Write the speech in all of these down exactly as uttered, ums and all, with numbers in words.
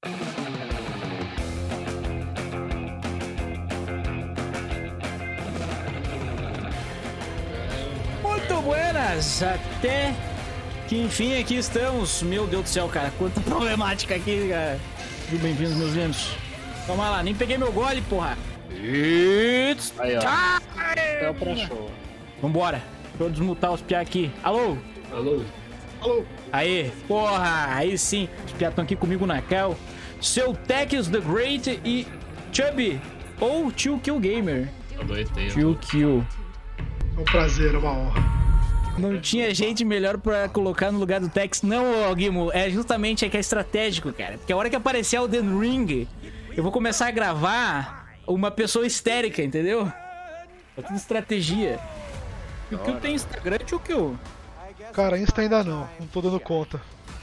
Muito buenas, até que enfim aqui estamos. Meu Deus do céu, cara, quanta problemática aqui, cara. Bem-vindos, meus lindos. Vamos lá, nem peguei meu gole, porra. It's aí, ó. time! É pra show. Vambora, deixa eu desmutar os piá aqui. Alô? Alô? Alô? Aí, porra, aí sim. Os piá estão aqui comigo na cal. Seu Tex the Great e Chubby, ou Tio Kill Gamer. Tio Kill. É um prazer, é uma honra. Não tinha gente melhor pra colocar no lugar do Tex, não, ô, Guimo. É justamente é que é estratégico, cara. Porque a hora que aparecer o Elden Ring, eu vou começar a gravar uma pessoa histérica, entendeu? É tudo estratégia. E o Kill tem Instagram, Tio Kill? Cara, Insta ainda não, não tô dando conta.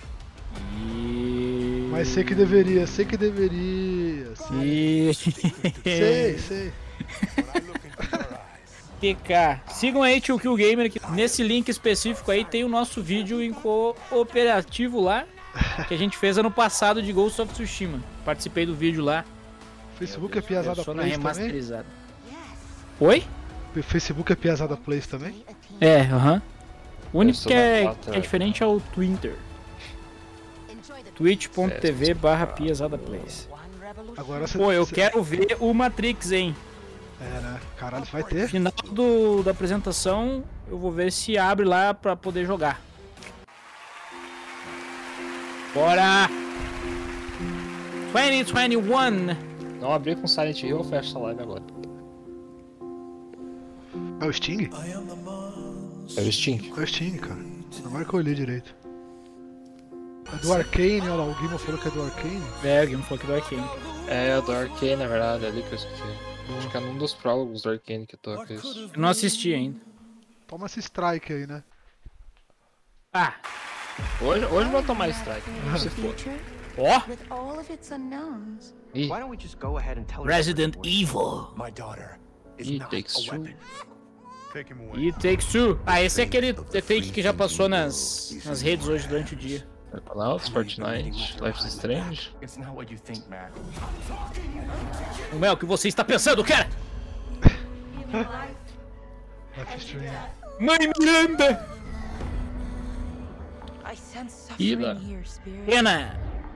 E... Mas sei que deveria, sei que deveria. Sei, E... sei. sei. T K. Sigam aí, Tio Kill Gamer, que nesse link específico aí tem o nosso vídeo em cooperativo lá, que a gente fez ano passado de Ghost of Tsushima. Participei do vídeo lá. Facebook é Piazada Só na Plays também? remasterizada. Oi? Facebook é Piazada Plays também? É, aham. Uhum. O único que é, quatro, que é diferente é o Twitter. twitch ponto tv barra Piazada Plays. Agora você... Pô, eu cê... quero ver o Matrix, hein? É, né? Caralho, vai ter? Final do, da apresentação, eu vou ver se abre lá pra poder jogar. Bora! dois mil e vinte e um. Não abri com Silent Hill, eu fecho essa live agora. É o Sting? É o Sting. É o Sting, cara. Agora que eu olhei direito. É do Arcane, olha lá, o Guimo falou que é do Arcane. É, o Game falou que do Arcane. É, do Arcane, na verdade, é ali que eu esqueci. Acho que é num dos prólogos do Arcane que toca isso. Eu não assisti ainda. Toma esse strike aí, né? Ah! Hoje, hoje vou tomar strike. Se for. Ó! Ih, Resident Evil. Ih, Takes Two. E Takes Two. Ah, esse é aquele fake que já passou nas, nas redes hoje durante o dia. Psychonauts, Fortnite, Life is Strange. O Mel, o que você está pensando, cara? Life is Strange. Mãe Miranda! Ida. Pena!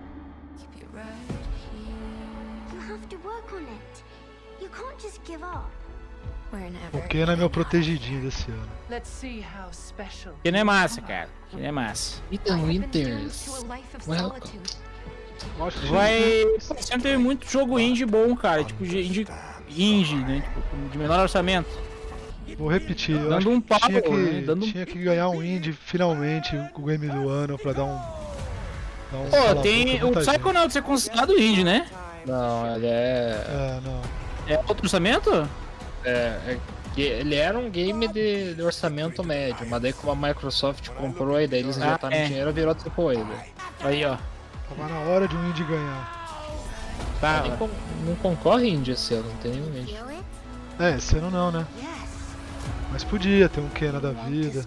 O Ken é meu protegidinho desse ano. Pena é massa, cara. Pena é massa. Ethan Winters. Welcome. Acho que Vai... Sempre teve muito jogo indie bom, cara. Tipo, indie, indie né? Tipo, de menor orçamento. Vou repetir, eu Dando acho um que pau, tinha que, né? Dando um- tinha que ganhar um indie finalmente com o game do ano pra dar um. Dar um Pô, calafrio tem... pra O muita gente. Psychonauts é considerado indie, né? Não, ele é. É, não. É outro orçamento? É, é que ele era um game de, de orçamento médio, mas daí como a Microsoft comprou e daí eles Ah, injetaram é. dinheiro, virou triplo A. Daí. Aí, ó. Tava na hora de um indie ganhar. Tá, Nem con- não concorre indie esse ano, não tem nenhum indie. É, esse ano não, né? Mas podia ter um Kena da vida.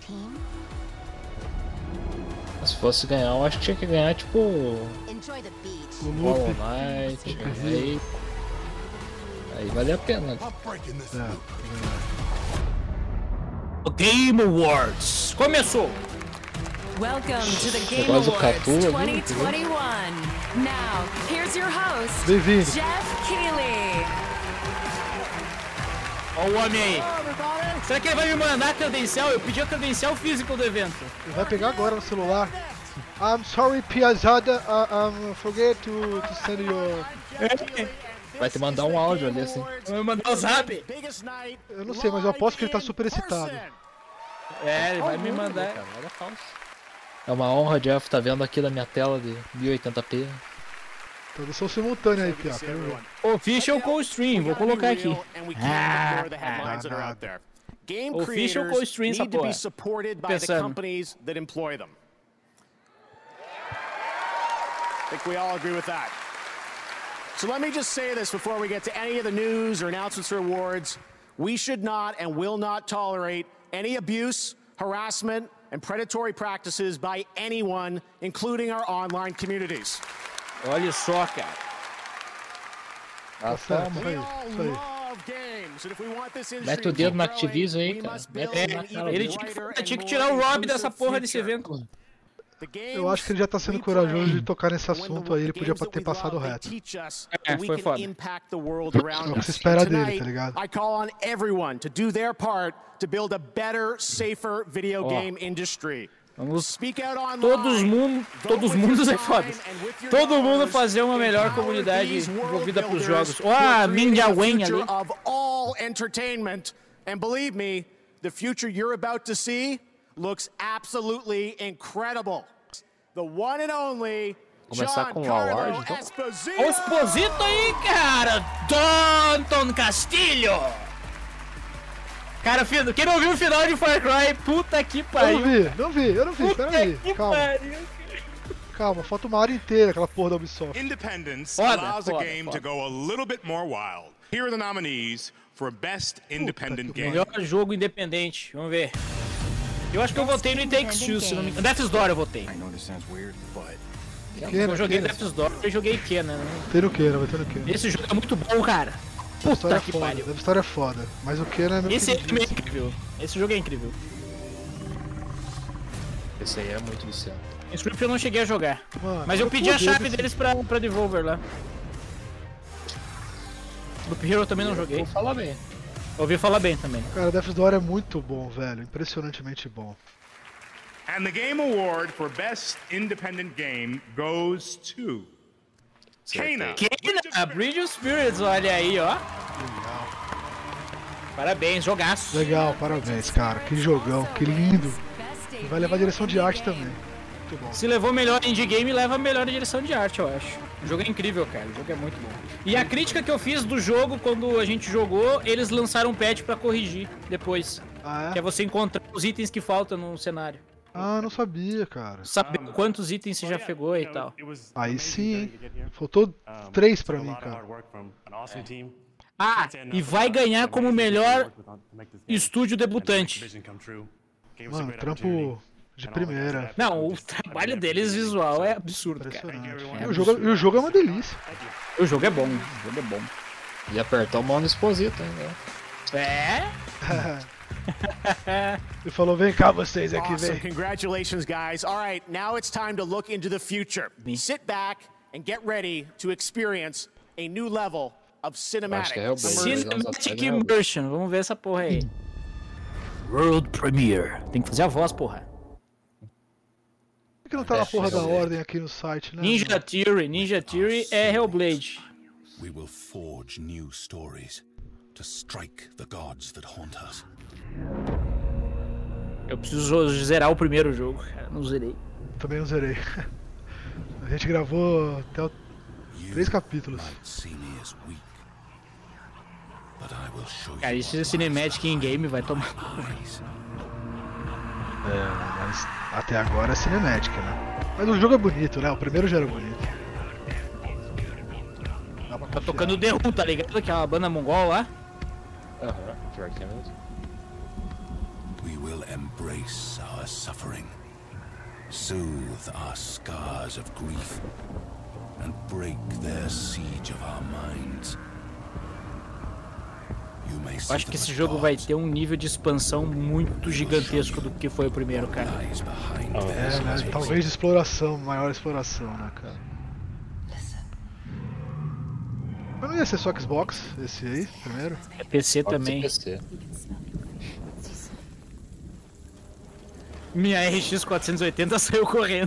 Mas se fosse ganhar, eu acho que tinha que ganhar tipo O Hollow Loop. Knight, aí, aí vale a pena. É. O Game Awards começou. Welcome to the Game Negócio do Awards Catu ali, twenty twenty-one. Now, here's your host, Bem-vindo. Jeff Keighley. Ó o homem aí. Será que ele vai me mandar credencial? Eu pedi a credencial física do evento. Ele vai pegar agora no celular. I'm sorry, Piazada. Uh, um, forget to, to send your. Vai te mandar um áudio ali assim. Vai me mandar o zap. Eu não sei, mas eu aposto que ele tá super excitado. É, ele vai me mandar. Cara, nada falso. É uma honra, Jeff, tá vendo aqui na minha tela de mil e oitenta p. Tradução simultânea aí, Pia. Quero ver. Official Call Stream, vou colocar aqui. Ah, Game Official creators co-stream essa need to porra. be supported by the Pensando. companies that employ them. I think we all agree with that. So let me just say this before we get to any of the news or announcements or awards. We should not and will not tolerate any abuse, harassment, and predatory practices by anyone, including our online communities. Olha só, cara. Tá certo, isso aí, isso aí. Mete o dedo na Activision aí, cara. Mete É, na cara ele dele. tinha que, tinha que tirar o Rob dessa porra desse evento. Eu acho que ele já tá sendo corajoso de tocar nesse assunto aí, ele podia ter passado reto. É, foi foda. É o que se espera dele, tá ligado? I call on everyone to do their part to build a better, safer video Ó. game industry. Vamos Speak out online. todos mundo, todos mundos é foda. Todo mundo fazer uma melhor Empower comunidade these world envolvida pros builders jogos. who Ó, are a creating Minja the Wen future ali. of all entertainment. And believe me, the future you're about to see looks absolutely incredible. The one and only Começar John com o Carlo award, então? Esposito. O Esposito aí, cara! Danton Castilho! Cara, filho, quem não viu o final de Far Cry, puta que Eu pariu! não vi, não vi, eu não vi, Puta peraí, que calma, pariu! calma, falta uma hora inteira aquela porra da Ubisoft. Independence Foda, allows foda, a game foda. to go a little bit more wild. Here are the nominees for Best Independent que Game. Melhor jogo independente, vamos ver. Eu acho que eu votei no It Takes Two, se não me engano. Death's Door eu votei. Kenan, Eu joguei Kenan. Death's Door e joguei Kenan. né? Tem no Kenan, vai ter no Kenan. Esse jogo é muito bom, cara. A história é que foda, pariu. a história é foda, mas o Kenan é meu Esse aí queridinho. também é incrível. Esse jogo é incrível. Esse aí é muito viciante. Script eu não cheguei a jogar. Mano, Mas eu eu pedi a fudei chave desse- deles pra, pra Devolver lá. Loop Hero eu também não joguei. Vou falar bem. Ouvi falar bem também. Cara, Death's Door é muito bom, velho, impressionantemente bom. And the Game Award for Best Independent Game goes to Kena. Kena, Bridge of Spirits, olha aí, ó. Parabéns, jogaço. Legal, parabéns, cara, que jogão, que lindo. E vai levar direção de arte também. Muito bom. Se levou melhor indie game, leva melhor direção de arte, eu acho. O jogo é incrível, cara. O jogo é muito bom. E a crítica que eu fiz do jogo quando a gente jogou, eles lançaram um patch pra corrigir depois. Ah, Que é é? você encontrar os itens que faltam no cenário. Ah, não sabia, cara. Saber quantos itens você já pegou e tal. Aí sim, hein? Faltou três pra mim, cara. Ah, e vai ganhar como melhor estúdio debutante. Mano, trampo de primeira. Não, o trabalho deles visual é absurdo, cara. Impressionante. E o jogo, e o jogo é uma delícia. O jogo é bom, o jogo é bom. E apertou o mão no Esposito ainda. É? Ele falou, vem cá vocês aqui, Awesome. vem. Congratulations, guys. All right, now it's time to look into the future. Sit back and get ready to experience a new level of cinematic. Acho que é Hellblade. Cinematic Immersion, vamos ver essa porra aí. World Premiere. Tem que fazer a voz, porra. Por que não tá na porra da ordem aqui no site, né? Ninja Theory, Ninja Theory é Hellblade. We will forge new stories to strike the gods that haunt us. Eu preciso zerar o primeiro jogo, cara. Não zerei. Também não zerei. A gente gravou até o... três capítulos. Might see me as weak, but I will show Cara, you isso é Cinematic in game, vai tomar. eyes. É, mas até agora é cinemática, né? Mas o jogo é bonito, né? O primeiro já era bonito. Dá pra Tá confiar. tocando The Who, tá ligado? Aquela banda mongol lá. Aham, pior que é mesmo. We will embrace our suffering, soothe our scars of grief, and break their siege of our minds. You may Eu see acho que them esse as jogo vai gods ter um nível de expansão muito gigantesco do que foi o primeiro, cara. lies behind Oh, their É, né? Talvez de exploração, maior exploração, né, cara? Mas não ia ser só Xbox, esse aí, primeiro? É P C Pode também. ser P C. Minha R X quatrocentos e oitenta saiu correndo.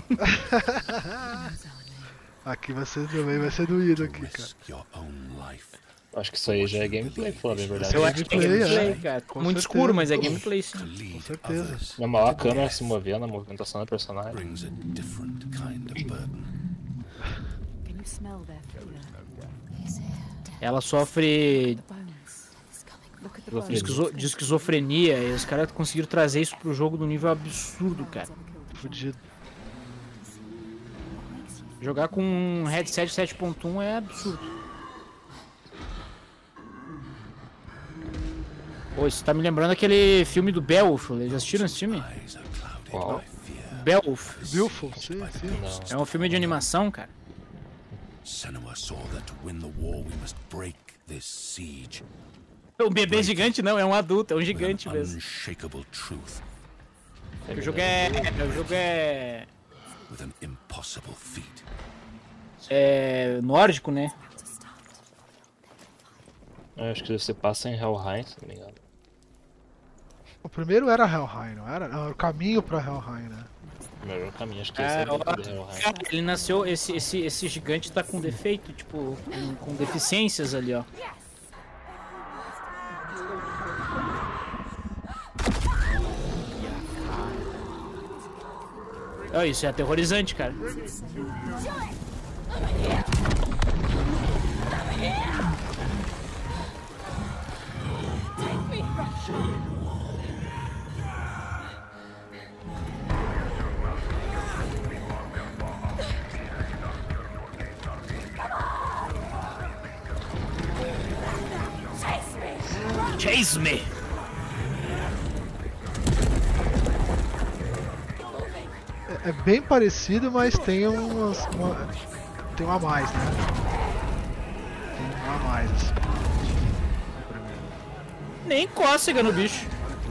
Aqui vai ser também, vai ser doído aqui, cara. risk your own life. Acho que isso aí já é gameplay, pra falar bem a verdade. Eu acho que é gameplay, gameplay, é. cara. Com Muito certeza. escuro, mas é gameplay sim. To lead Com certeza. others Mesmo lá a câmera se movendo, a movimentação do personagem. brings a different kind of burden. Can you smell their fear? Ela sofre Bones. Look at the de, bones. esquizo- de esquizofrenia e os caras conseguiram trazer isso pro jogo num nível absurdo, cara. Fudido. Jogar com um headset sete ponto um é absurdo. Pô, isso tá me lembrando aquele filme do Beowulf. Já assistiram esse filme? Eyes are clouded Qual? by fear. Beowulf. Beautiful, sim, sim. Não. É um filme de animação, cara. Senua saw that to win the war we must break this siege. Um bebê gigante não, é um adulto, é um With gigante an mesmo. unshakable truth. O jogo é... O jogo é... With an impossible feat. É... nórdico, né? Eu acho que você passa em Helheim, se não me engano. O primeiro era Helheim, não era? Não, era o caminho pra Helheim, né? O melhor caminho, acho que Ah, esse é ó, o de Helheim. cara, ele nasceu, esse, esse, esse gigante tá com defeito, tipo, com, com deficiências ali, ó. Ó, isso é aterrorizante, cara. Chase me! É, é bem parecido, mas tem umas, uma, tem uma a mais, né? Tem uma a mais, assim. Nem cócega no bicho.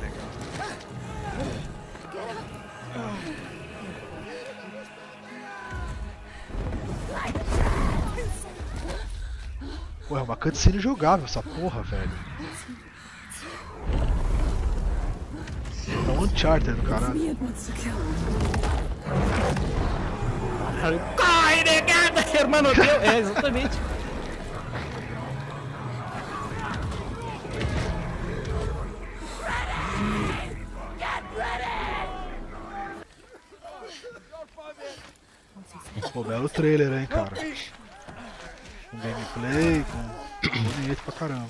Pô, é uma cutscene jogável essa porra, velho. É um Uncharted do caralho. Corre, negada! Hermano Deus! É, exatamente. Pô, belo trailer, hein, cara. Com gameplay, com... bonito pra caramba.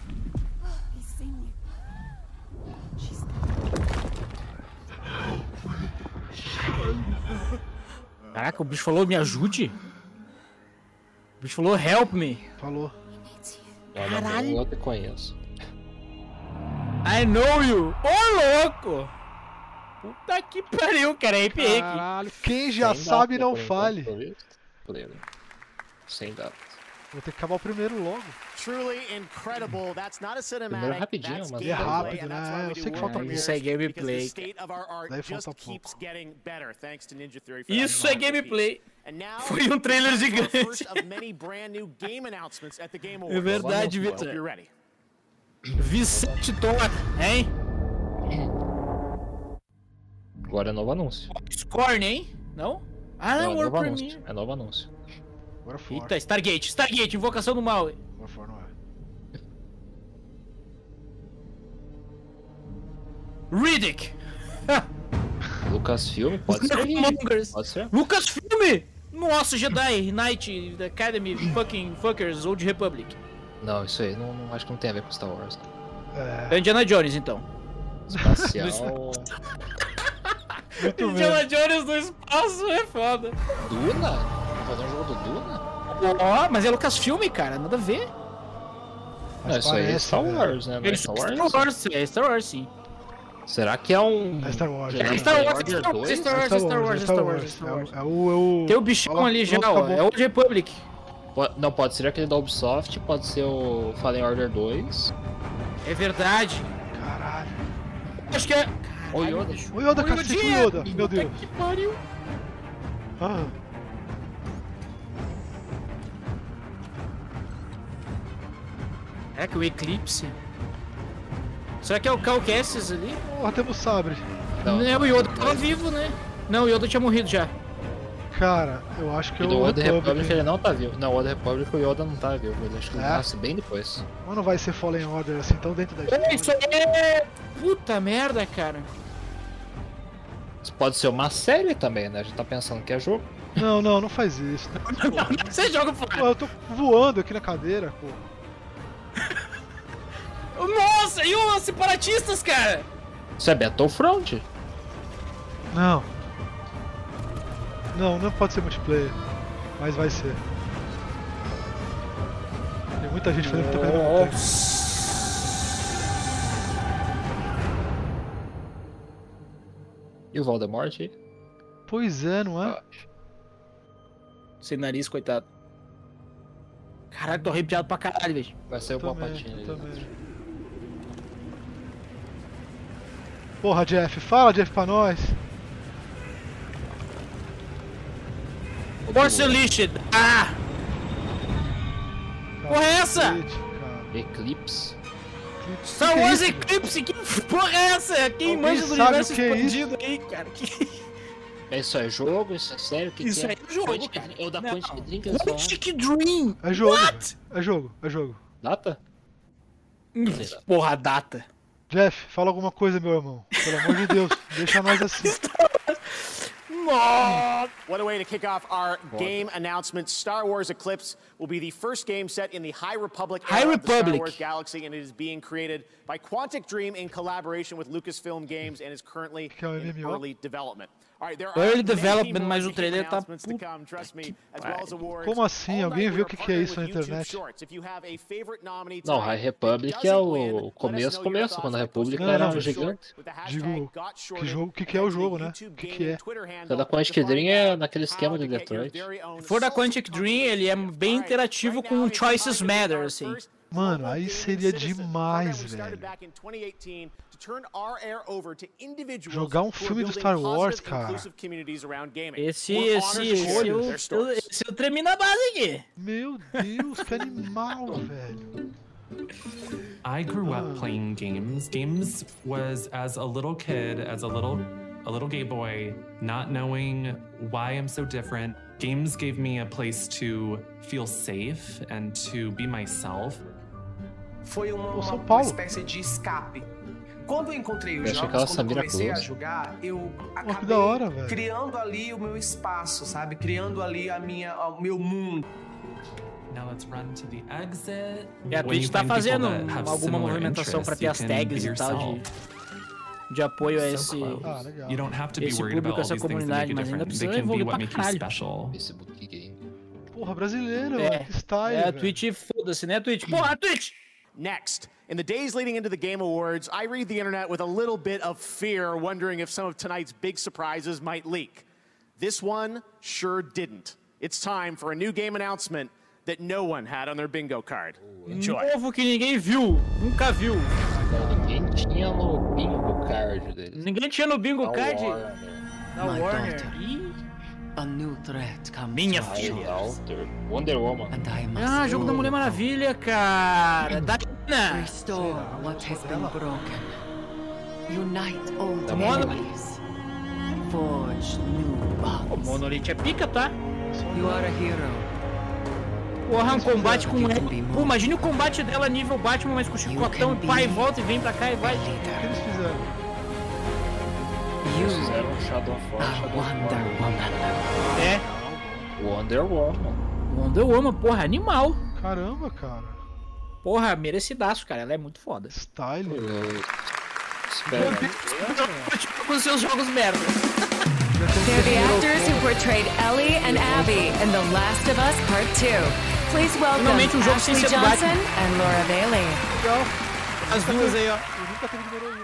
Caraca, o bicho falou me ajude? O bicho falou help me. Falou. Caralho. Eu te conheço. I know you. Ô, louco! Puta que pariu, cara. É arrepiei aqui. Caralho, quem já Sem sabe data, não por fale. enquanto, viu? Pleno. Sem data. Vou ter que acabar o primeiro logo. Truly incredible. That's not a Primeiro cinematic. rapidinho, That's mas é gameplay, rápido, and that's né? why we Eu do sei que world falta premieres, Isso é gameplay, because the state of our art Daí just falta pouco. keeps getting better thanks to Ninja Theory. for Isso that é gameplay. And now, Foi um trailer it's the gigante. first of many brand new game announcements at the Game Awards. É verdade, Hope Vitor. you're ready. Vicente Tola, hein? Agora é novo anúncio. Scorn, hein? Não? Ah, Não, não, é World novo Premiere. anúncio. É novo anúncio. Agora fora. Eita, Stargate, Stargate, invocação do mal. Agora fora não é. Riddick. Lucasfilm, pode ser. Mongers. Pode ser. Lucasfilm. Nossa, Jedi, Knight, The Academy, fucking fuckers, Old Republic. Não, isso aí não, não- acho que não tem a ver com Star Wars. É, Indiana Jones, então. Espacial. muito Indiana bem. Jones no espaço é foda. Duna? Vamos fazer um jogo do Duna? Ó, mas é Lucasfilm, cara, nada a ver. Não, isso aí é parece, Star né? Wars, né? Não é É Star Star Wars? Wars, é Star Wars, sim. Será que é um. É Star Wars. Jedi É Star Wars, Order Star Wars, dois? Star Wars, É Star Wars, Star Wars, Star Wars. É, o- é o, é o... Tem o bichão Olha lá, ali já, pronto, ó. acabou. É Old Republic. Po- Não, pode ser aquele da Ubisoft, pode ser o Fallen Order dois. É verdade. Caralho. Acho que é. Ou Yoda. O Yoda, Ô, cacete, o Yodinha! Yoda. Meu Puta Deus. que pariu. Ah, É que o Eclipse. Será que é o Cal Kestis ali? porra, temos sabre. Não, é o Yoda tava vivo, né? Não, o Yoda tinha morrido já. Cara, eu acho que E é do o Old Republic Republic. ele não tá vivo. Não, o Old Republic o Yoda não tá vivo. Ele acho que ele É? nasce bem depois. Mas não vai ser Fallen Order assim tão dentro da É, isso história. aí é. Puta merda, cara. Isso pode ser uma série também, né? A gente tá pensando que é jogo. Não, não, não faz isso. Você joga Pô, fora. eu tô voando aqui na cadeira, pô. Nossa, e os separatistas, cara? Isso é Battlefront? Não. Não, não pode ser multiplayer. Mas vai ser. Tem muita gente fazendo muita coisa ao mesmo tempo. E o Voldemort aí? Pois é, não é? Ah, Sem nariz, coitado. Caralho, tô arrepiado pra caralho, velho. Vai sair o Também, Palpatine ali. também. Porra, Jeff, fala, Jeff, pra nós. Force Unleashed. Ah! Porra é essa? Cacete, cara. Eclipse. Star Que que é Wars isso, Eclipse, que porra é essa? Quem Alguém manja do sabe universo o que é expandido aí, cara? Que... Isso é jogo? Isso é sério? O que Isso que é? aí é jogo, Quantic- cara. É o da Não. Quantic Dream que eles falaram. Quantic Dream! É jogo. What? É jogo, é jogo. Data? Porra, data. Jeff, fala alguma coisa, meu irmão. Pelo amor de Deus, deixa nós assim. Nossa! What a way to kick off our game announcement. Star Wars Eclipse will be the first game set in the High Republic era High of the Star Republic. Wars galaxy, and it is being created by Quantic Dream in collaboration with Lucasfilm Games and is currently Que é o in M M O? early development. All right, there Early are many development, more mas o game trailer tá announcements to come, trust me, as well as awards. Como assim? All Alguém night viu we o que are que é isso na partnering with YouTube internet? Shorts. If you have a favorite nominee Não, tonight High that Republic doesn't é win, o let us começo, know your começo, thoughts quando a by República posting Não, era não. gigante. with the hashtag Digo, GotShorted que jogo, que que é o and the jogo, né? YouTube Que que Gaming é? Twitter handle Cada to Quantic find Dream out é naquele how esquema to de get your Detroit. very own Se for da social Quantic Dream, ele é bem Alright, interativo right com now, o it's Choices time to make Matter, our assim. first Mano, global aí gaming seria citizen. demais, Program we started velho. back in twenty eighteen to turn our air over to individuals Jogar um who are filme do building Star Wars, positive, cara. inclusive communities around gaming. Esse, We're esse, honored to esse, share eu, their eu, stories. esse eu tremi na base aqui. Meu Deus, que animal, velho. I grew up playing games. Games was as a little kid, as a little a little gay boy, not knowing why I'm so different. Games gave me a place to feel safe and to be myself. Foi uma, Pô, São uma, uma Paulo. espécie de escape. Quando eu encontrei os Eu achei que jogos, ela quando eu Samira comecei a Close. jogar, eu acabei que da hora, velho. criando ali o meu espaço, sabe? Criando ali a minha, o meu mundo. Now let's run to the exit. E a When Twitch you tá find people fazendo that have alguma similar movimentação pra interests, ter you as can tags be e tal de, yourself. de apoio a So esse... close. Ah, legal. You don't have to be Esse worried público, about all essa these things that make comunidade, you mas ainda different. precisa They can be evoluir what pra make you caralho. special. Facebook Game. Porra, brasileiro, É, velho. Que style, é a velho. Twitch, foda-se, né, Twitch? Porra, Twitch! Next, in the days leading into the Game Awards, I read the internet with a little bit of fear, wondering if some of tonight's big surprises might leak. This one sure didn't. It's time for a new game announcement that no one had on their bingo card. Enjoy. Novo que ninguém viu, nunca viu. Ninguém tinha no bingo card deles. Ninguém tinha no bingo Da card Warner. da My Warner. daughter. Ih, A new threat comes Minha to our filha. shores, Alter. Wonder Woman. and I must Ah, jogo da Mulher Maravilha, cara. Da China. restore what has been broken. Unite old Da Monolith. enemies. Forge new O bonds. Monolith é pica, tá? You are a hero. Porra, um combate com You ela. can be Pô, more. imagine o combate dela nível Batman, mas com o chicotão, can e pai be volta e vem pra cá e vai. O que eles fizeram? Eles You fizeram um Shadow of War. are Shadow of Wonder War. Woman. É, Wonder Woman. Wonder Woman, porra, animal. Caramba, cara. Porra, merecidaço, cara. Ela é muito foda. Style. Eu espero. Tipo, com seus jogos merda. They're the actors who portrayed Ellie and Abby in The Last of Us Part two. Please welcome Finalmente um jogo sem Ashley ser do Johnson Batman. and Laura Bailey. Legal. As duas aí, ó. Eu nunca teve de heroína.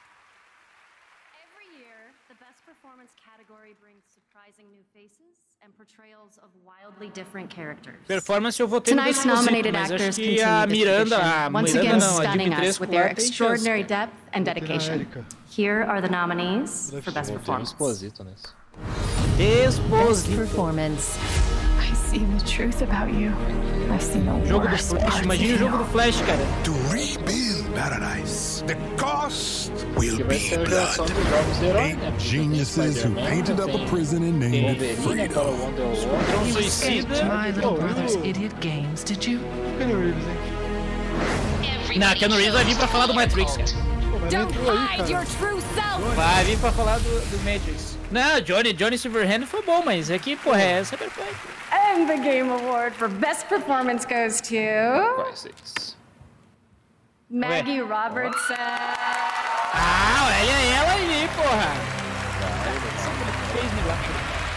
Every year, the Best Performance category brings surprising new faces and portrayals of wildly different characters. Performance eu votei no Tonight's Despacito, nominated mas actors acho que continue a this Miranda, tradition, a once Miranda again não, a stunning us Dimitrescu with their tem chance. extraordinary depth and Botei na dedication. Erika. Here are the nominees for Best Botei um Performance. Exposito nesse. Best Exposito. Performance. I see the truth about you. I've seen the Jogo do worst Flash, parts imagine o of jogo you. do Flash, cara. To rebuild paradise, the cost will Que vai be ser a geração blood. dos jogos de herói, né? Eight geniuses who Spider-Man, painted up a tem prison and named it Wolverine, agora freedom. Wonder Woman. Um suicida. My little Oh, brother's oh. idiot games, did you? Keanu Reeves, hein? Não, Keanu Reeves vai vir pra falar do Matrix, cara. Pô, mas Don't lembrou aí, hide your cara. true self. Vai vir pra falar do, do Matrix. Não, Johnny, Johnny Silverhand foi bom, mas aqui, porra, é Cyberpunk. And the Game Award for Best Performance goes to Quais esses? Maggie Robertson. Ah, olha ela aí, porra. Fez milagre.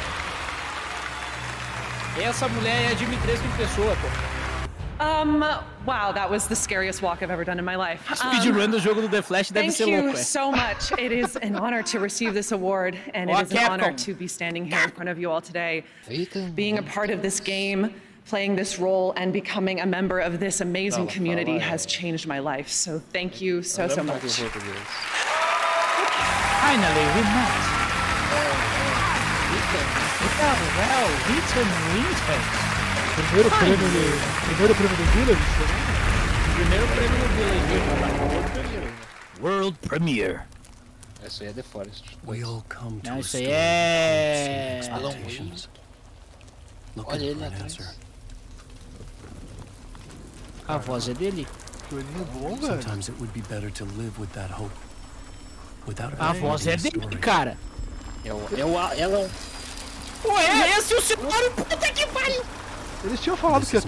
Essa mulher é a Dimitrescu em pessoa, porra. Um, wow, that was the scariest walk I've ever done in my life. Speedrun do jogo do The Flash deve Thank ser you louco, é. so much. It is an honor to receive this award, and it Ó, is an honor Capcom. to be standing here in front of you all today, Eita. being a part of this game, playing this role and becoming a member of this amazing Fala, community fala, has changed my life. So thank you so, so much. Finally, we met. Well, well, Return Winter. Primeiro prêmio do, primeiro prêmio do Village, né? Primeiro prêmio do Village. World Premiere. Essa aí é The Forest. Não, isso aí é... Olha ele lá atrás. A voz é dele. Coelhinho bom, velho. Sometimes it would be better to live with that hope. Without A voz é dele, cara. É o... É o... Ela é um... Pô, é esse o senhor? Puta que pariu! Eles tinham falado que ia ter.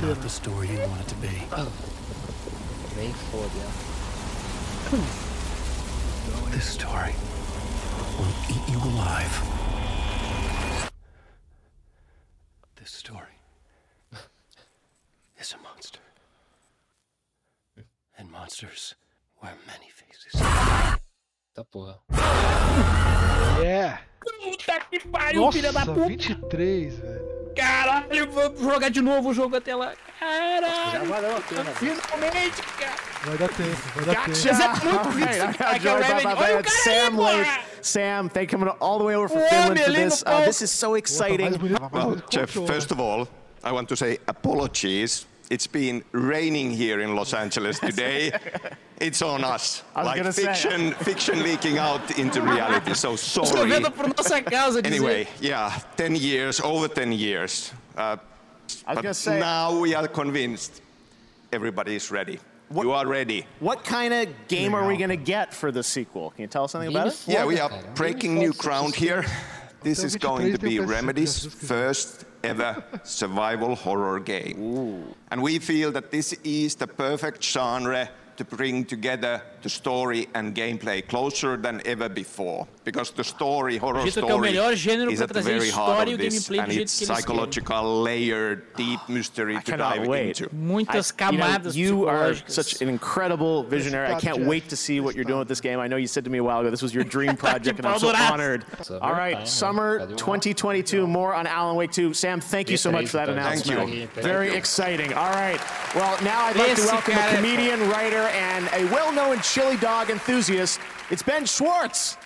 Bem foda. This story will eat you alive. This story is a monster. And monsters wear many faces. Tá porra. Yeah. Puta que pariu, Nossa, filha da puta! vinte e três, velho. Caralho, vou jogar de novo o jogo até lá. Caralho! Já valeu a pena. Finalmente, cara! Vai dar tempo, vai dar Gotcha. tempo. Mas é muito Right, vídeo. I got Joey Baba Baba, Sam Lake. Sam, thank you all the way over from Finland for this. Uh, this is so exciting. Well, Jeff, first of all, I want to say apologies. It's been raining here in Los Angeles today. It's on us. I was like gonna fiction, say. fiction leaking out into reality. So sorry. por nossa causa, Anyway, yeah, ten years, over ten years. Uh, I was but gonna say. now we are convinced everybody is ready. What, you are ready. What kind of game are we going to get for the sequel? Can you tell us something about it? Yeah, we are breaking new ground here. This is going to be Remedy's first ever survival horror game. Ooh. And we feel that this is the perfect genre to bring together the story and gameplay closer than ever before. Because the story, horror story, is at the very heart of this, and it's psychological, layered, deep mystery to dive into. Muitas camadas I, you, know, you are such an incredible visionary. I can't wait to see what you're doing with this game. I know you said to me a while ago this was your dream project, and I'm so honored. All right, summer twenty twenty-two, more on Alan Wake two. Sam, thank you so much for that announcement. Thank you. Very exciting. All right, well, now I'd like to welcome a comedian, writer, and a well-known chili dog enthusiast. It's Ben Schwartz.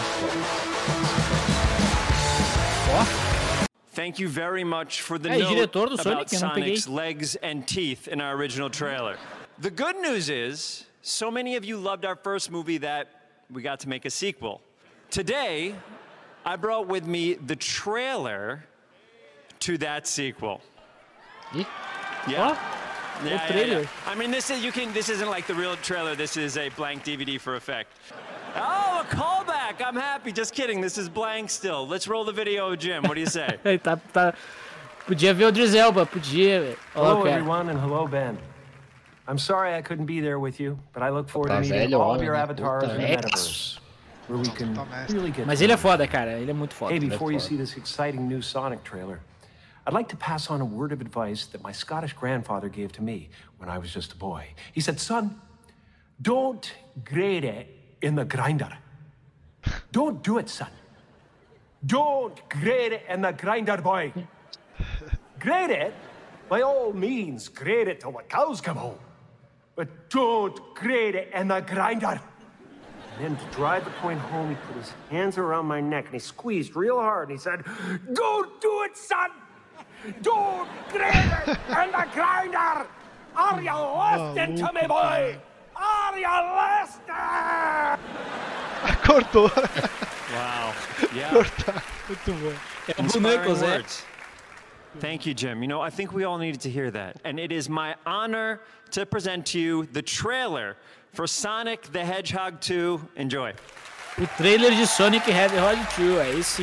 Thank you very much for the Hey, note diretor do about Sonic, eu não peguei. Sonic's legs and teeth in our original trailer. The good news is, so many of you loved our first movie that we got to make a sequel. Today, I brought with me the trailer to that sequel. Yeah. Yeah, yeah, trailer. yeah. I mean, this is you can. This isn't like the real trailer. This is a blank D V D for effect. Oh, a callback! I'm happy. Just kidding. This is blank still. Let's roll the video, Jim. What do you say? tá, tá... Podia ver o Drizelba, podia, velho. Hello, everyone, and hello, Ben. I'm sorry I couldn't be there with you, but I look forward to meeting all of your avatars in the metaverse, where we can really get. Mas ele é foda, cara. Ele é muito foda. Hey, before you see this exciting new Sonic trailer, I'd like to pass on a word of advice that my Scottish grandfather gave to me when I was just a boy. He said, "Son, don't grade it in the grinder. Don't do it, son. Don't grade it in the grinder, boy. Grade it, by all means, grade it till the cows come home. But don't grade it in the grinder." And then to drive the point home, he put his hands around my neck and he squeezed real hard and he said, "Don't do it, son. Don't grade it in the grinder. Are you listening to me, boy? Are you listening?" Cortou. Wow. Yeah. Cortar. Muito bom. Inspiring words. Thank you, Jim. You know, I think we all needed to hear that. And it is my honor to present to you the trailer for Sonic the Hedgehog two. Enjoy. O trailer de Sonic the Hedgehog two, aí sim.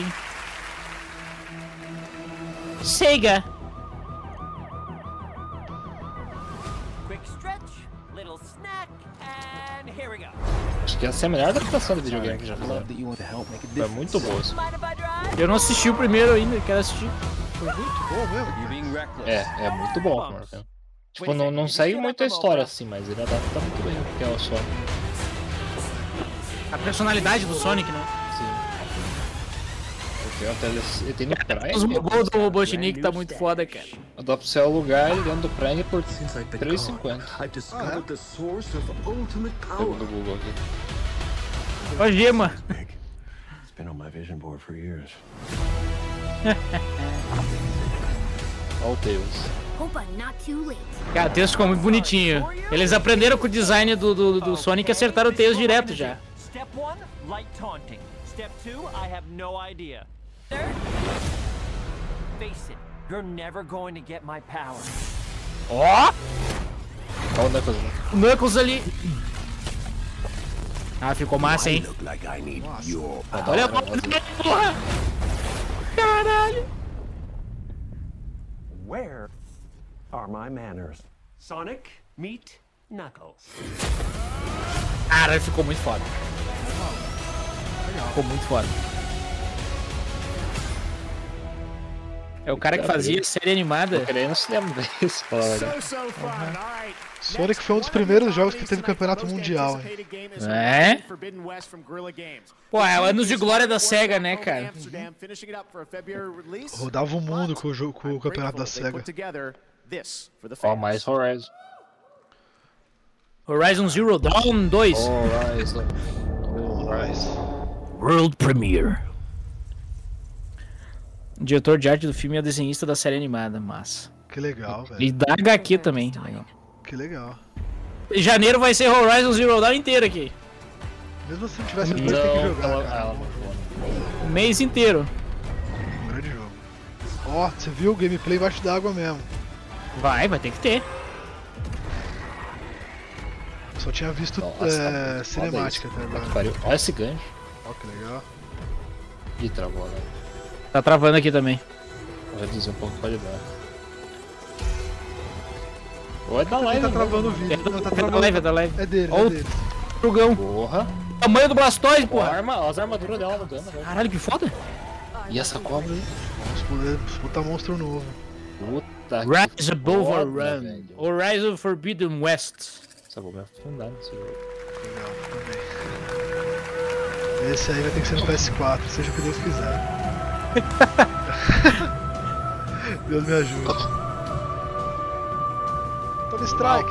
Sega. Quick stretch, little snack, and here we go. Acho que essa é a melhor adaptação do videogame que já fizeram. É muito boa. Eu não assisti o primeiro ainda, quero assistir. Foi muito bom mesmo. É, é muito bom. Né? Tipo, não, não segue muito a história assim, mas ele adapta muito bem o que é o Sonic. A personalidade do Sonic, né? Sim. Ele tem no Prime. Os gols do Robotnik tá muito foda, cara. Dá pra você alugar ele dentro do Prime por três reais e cinquenta. Ah, é? Do Google aqui. Ó, gema. It's been on my vision board for years. Olha o Tails. Cara, o Tails ficou muito bonitinho. Eles aprenderam com o design do, do, do Sonic e acertaram o Tails direto já. Step one, light taunting. Step two, I have no idea. Face it, you're never going to get my power. Ó! Olha o Knuckles ali. O Knuckles ali. Ah, ficou massa, hein? Olha a porra! Caralho! Where are my manners? Sonic, meet Knuckles. Cara, ficou muito foda. Ficou muito foda. É o cara que fazia série animada. Eu queria no cinema desse, fala a verdade. Sonic foi um dos primeiros jogos que teve campeonato mundial, hein? É? Pô, é anos de glória da SEGA, né, cara? Rodava o mundo com o, jogo, com o campeonato da SEGA. Ó, mais Horizon. Horizon Zero Dawn dois. Horizon. Horizon. World Premiere. O diretor de arte do filme é o desenhista da série animada, massa. Que legal, velho. E da H Q também. Legal. Que legal. Em janeiro vai ser Horizon Zero Dawn inteiro aqui. Mesmo se não tivesse dois, tem que jogar, ela, cara. ela O mês inteiro. Um grande jogo. Ó, você viu o gameplay embaixo d'água mesmo. Vai, vai ter que ter. Só tinha visto Nossa, é, cinemática até agora. Pariu. Olha esse gancho. Ó, que legal. Ih, travou agora. Tá travando aqui também. Vou reduzir um pouco a qualidade. Ou é da Ele live, tá né? travando o vídeo. Não, tá É da travando. live, é da live. É dele, Ó é o dele. Drugão. Porra. Tamanho do Blastoise, Ó, a porra. arma, ó, as armaduras dela mudando agora. Caralho, que foda. E essa cobra aí? Vamos poder puta monstro novo. Puta Rise que Above foda, a Run. velho. Horizon Forbidden West. Essa cobra é afundada nesse jogo. Legal, também. Esse aí vai ter que ser no P S quatro, seja o que Deus quiser. Deus me ajude. Toma strike!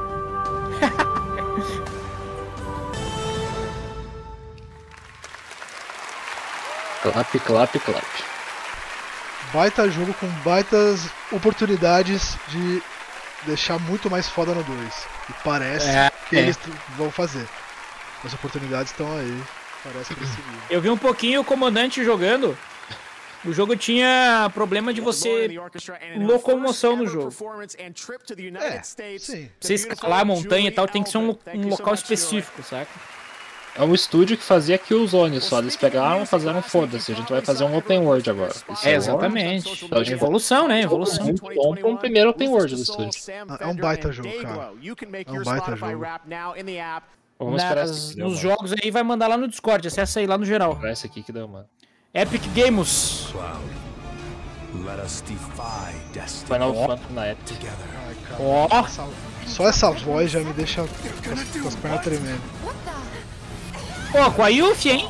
Clap, clap, clap. Baita jogo com baitas oportunidades de deixar muito mais foda no dois. E parece É, que é. eles vão fazer. As oportunidades estão aí. Parece que eles seguiram. Eu vi um pouquinho o comandante jogando. O jogo tinha problema de você locomoção no jogo. É, sim. Você escalar a montanha e tal, tem que ser um, lo- um local específico, saca? É um estúdio que fazia Killzone só. Eles pegaram e fizeram foda-se. A gente vai fazer um open world agora. Esse É, o- exatamente. Então, tipo, Evolução, né? Evolução. Muito bom pra um primeiro open world do estúdio. É um baita jogo, cara. É um baita jogo. Vamos esperar Nas- esse aqui que deu, nos mano. jogos aí vai mandar lá no Discord, acessa aí lá no geral. Esperar esse aqui que deu, mano. Epic Games. Let us defy destiny. Final Fantasy na Epic. Ai, cara. Ó. Essa- Só essa voz já me deixa com as, com as pernas tremendo. Pô, com a Yuffie, hein?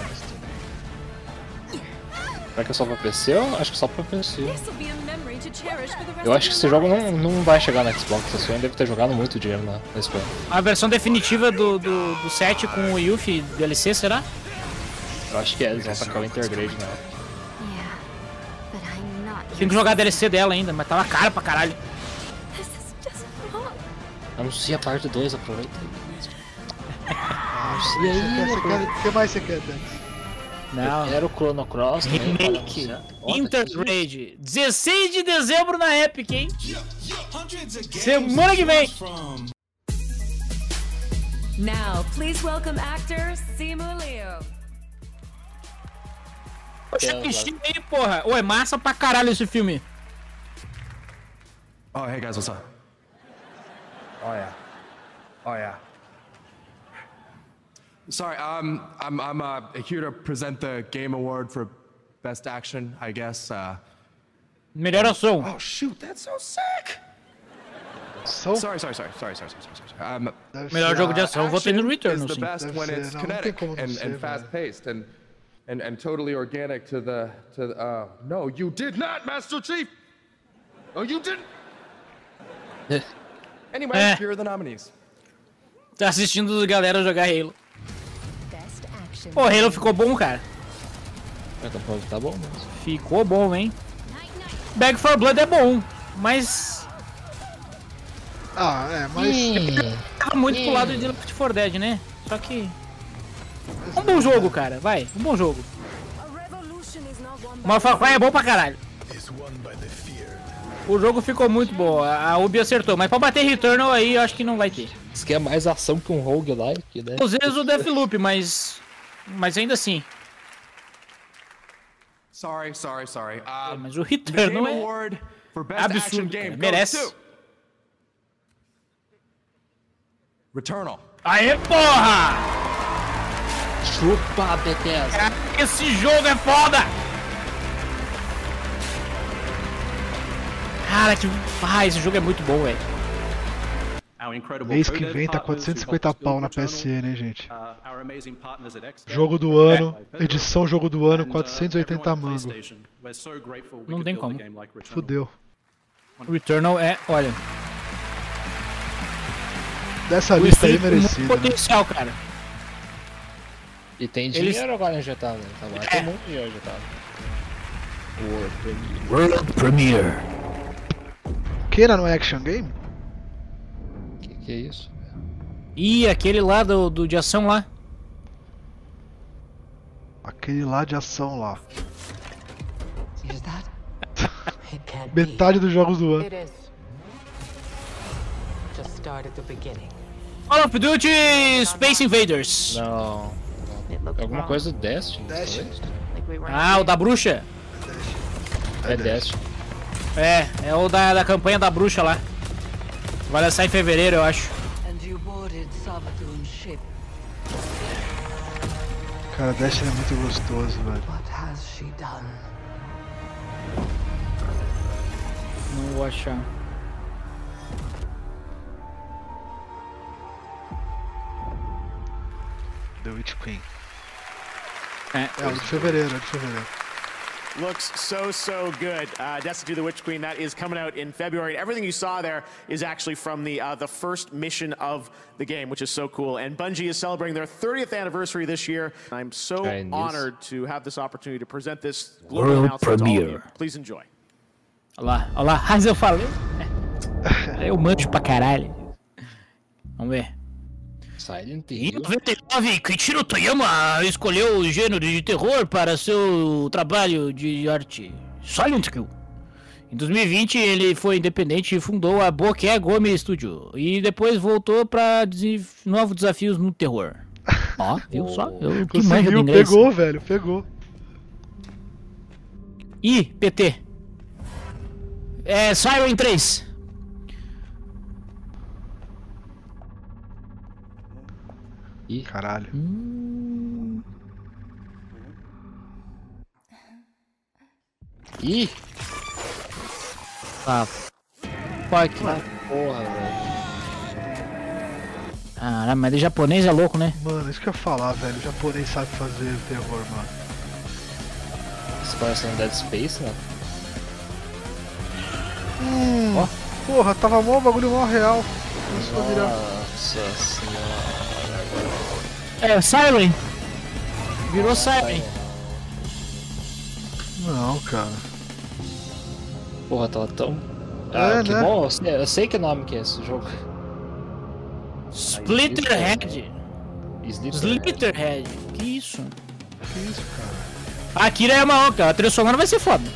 Será que é só pra P C? Eu acho que só pra P C. Eu acho que esse jogo não, não vai chegar no Xbox. A Sony deve ter jogado muito dinheiro na, na Square. A versão definitiva do, do, do set com o Yuffie D L C, será? Eu acho que é, eles vão tacar o Intergrade nela. Tem que jogar a D L C dela ainda, mas tava caro pra caralho. Anuncia a parte dois, aproveita. Ah, E aí, você quer- você quer- O que mais você quer, Tex? Não. Era o Chrono Cross também. Remake. para anunciar. Ó, tá Intergrade. dezesseis de dezembro na Epic, hein? Semana que vem. Now, please welcome actor Simu Liu. Poxa, bichinho aí, porra. Ô, é massa pra caralho esse filme. Oh, hey guys, what's up? Oh yeah. Oh yeah. Sorry, um, I'm I'm uh, here to present the Game Award for Best Action, I guess. Uh, Melhor ação. oh shoot, that's so sick. Ação? Sorry, sorry, sorry, sorry, sorry, sorry, sorry. Um, Deve Melhor ser- jogo de ação, eu votei no action Return, is the sim. best Deve when ser, it's não, não tem kinetic como não and, ser, and velho. fast-paced, and and, and totally organic to the, to the, uh, no, you did not, Master Chief! Oh, you didn't! Anyway, É. here are the nominees. Tá assistindo a galera jogar Halo. Pô, Halo ficou bom, cara. Tá bom, mas... Ficou bom, hein? Back four Blood é bom, mas... Ah, é, mas... Tava muito pro lado de Left four Dead, né? Só que... Um bom jogo, cara, vai. Um bom jogo. Mas o Far Cry é bom pra caralho. O jogo ficou muito bom, a Ubi acertou. Mas pra bater Returnal aí, eu acho que não vai ter. Isso aqui é mais ação que um roguelike, né? Às vezes o Deathloop, mas... Mas ainda assim. Sorry, sorry, sorry. Uh, Mas o Returnal the Game é Award for Best Action absurdo, Game cara. goes Merece. to Returnal. Aê, porra! Chupa, Bethesda. Esse jogo é foda! Cara, que... Ah, esse jogo é muito bom, velho. Mês que vem tá quatrocentos e cinquenta pau na P S N, hein, gente. Jogo do ano, edição jogo do ano, quatrocentos e oitenta mango. Não tem como. Fudeu. Returnal é, olha... Dessa o lista aí estúdio tem merecida. muito potencial, cara. E tem Eles- dinheiro agora injetado, né? Agora É. tem muito dinheiro injetado. World Premiere. World Premiere. Kena no Action Game? Que que é isso? Ih, aquele lá do, do de ação lá. Aquele lá de ação lá. Is that? It can't Metade dos jogos do ano. It is. Just start at the beginning. Call of Duty Space Invaders. Não. É alguma coisa do Destiny? talvez? Ah, o da bruxa? É Destiny. É, é o da, da campanha da bruxa lá. Vai lançar em fevereiro, eu acho. And you boarded Savathun's ship. Cara, Destiny é muito gostoso, velho. What has she done? Não vou achar. The Witch Queen. É, É, o de fevereiro, é de fevereiro. Looks so, so good. Uh, Destiny the Witch Queen, that is coming out in February. Everything you saw there is actually from the uh, the first mission of the game, which is so cool. And Bungie is celebrating their thirtieth anniversary this year. I'm so Chinese. honored to have this opportunity to present this global World announcement to all of you. premiere. Please enjoy. Olha lá, olha lá. Mas eu falei. Eu manjo pra caralho. Vamos ver. Silent Em Hill. noventa e nove, Kiichiro Toyama escolheu o gênero de terror para seu trabalho de arte, Silent Hill. Em dois mil e vinte, ele foi independente e fundou a Bokeh-Gome Studio. E depois voltou para novos desafios no terror. Ó, viu só? Eu que manjo de Conseguiu, inglês. pegou, velho, pegou. Ih, P T. É, Siren três. Ih, caralho. Ih! Ah, fuck. Porra, velho. Ah, mas de japonês é louco, né? Mano, isso que eu ia falar, velho. O japonês sabe fazer terror, mano. Isso parece um Dead Space, né? Hum, Ó. Porra, tava mó bagulho mó real. Isso vai virar. Nossa senhora. É, Siren. Virou Siren. Não, cara. Porra, tava tão. É, Ah, que né? bom, eu sei, eu sei que nome que é esse jogo. Splitterhead. Splitterhead. Que isso? Que isso, cara? A Akira é uma oca, a trilha sonora vai ser foda.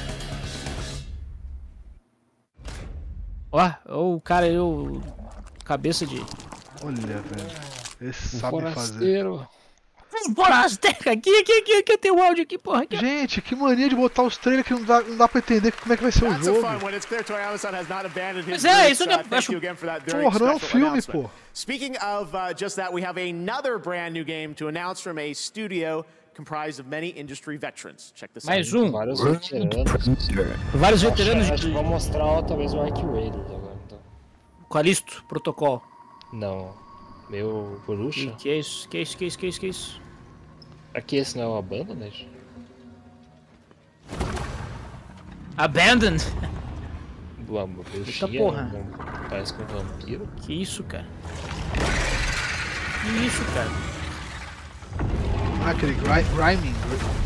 Ó, o cara, eu. Cabeça de. Olha, velho. Esse Um sabe fazer. forasteiro. Forasteiro, aqui, aqui, aqui, aqui, eu tenho o áudio aqui, porra. Aqui. Gente, que mania de botar os trailers que não dá, não dá pra entender como é que vai ser o That's a jogo. fun one. It's clear Toyama-san has not abandoned his Mas é, roots. isso Uh, que eu thank acho- you again for that very Porra, não é um special filme, announcement. pô. Speaking of uh, just that, we have another brand new game to announce from a studio comprised of many industry veterans. Check this Mais out. um. Vários veteranos. Vários Acho- veteranos Acho que de. vou mostrar ó, talvez o Ark Raiders agora. Então. Calisto, protocolo. Não. Meu bruxa. Que é isso? Que é isso? Que é isso? Que é isso? Que é isso? Aqui esse não é o Abandoned? Abandoned? Do bruxinha, Eita porra. Um, parece com um vampiro. Que isso, cara? Que isso, cara? Ah, aquele Rhyming.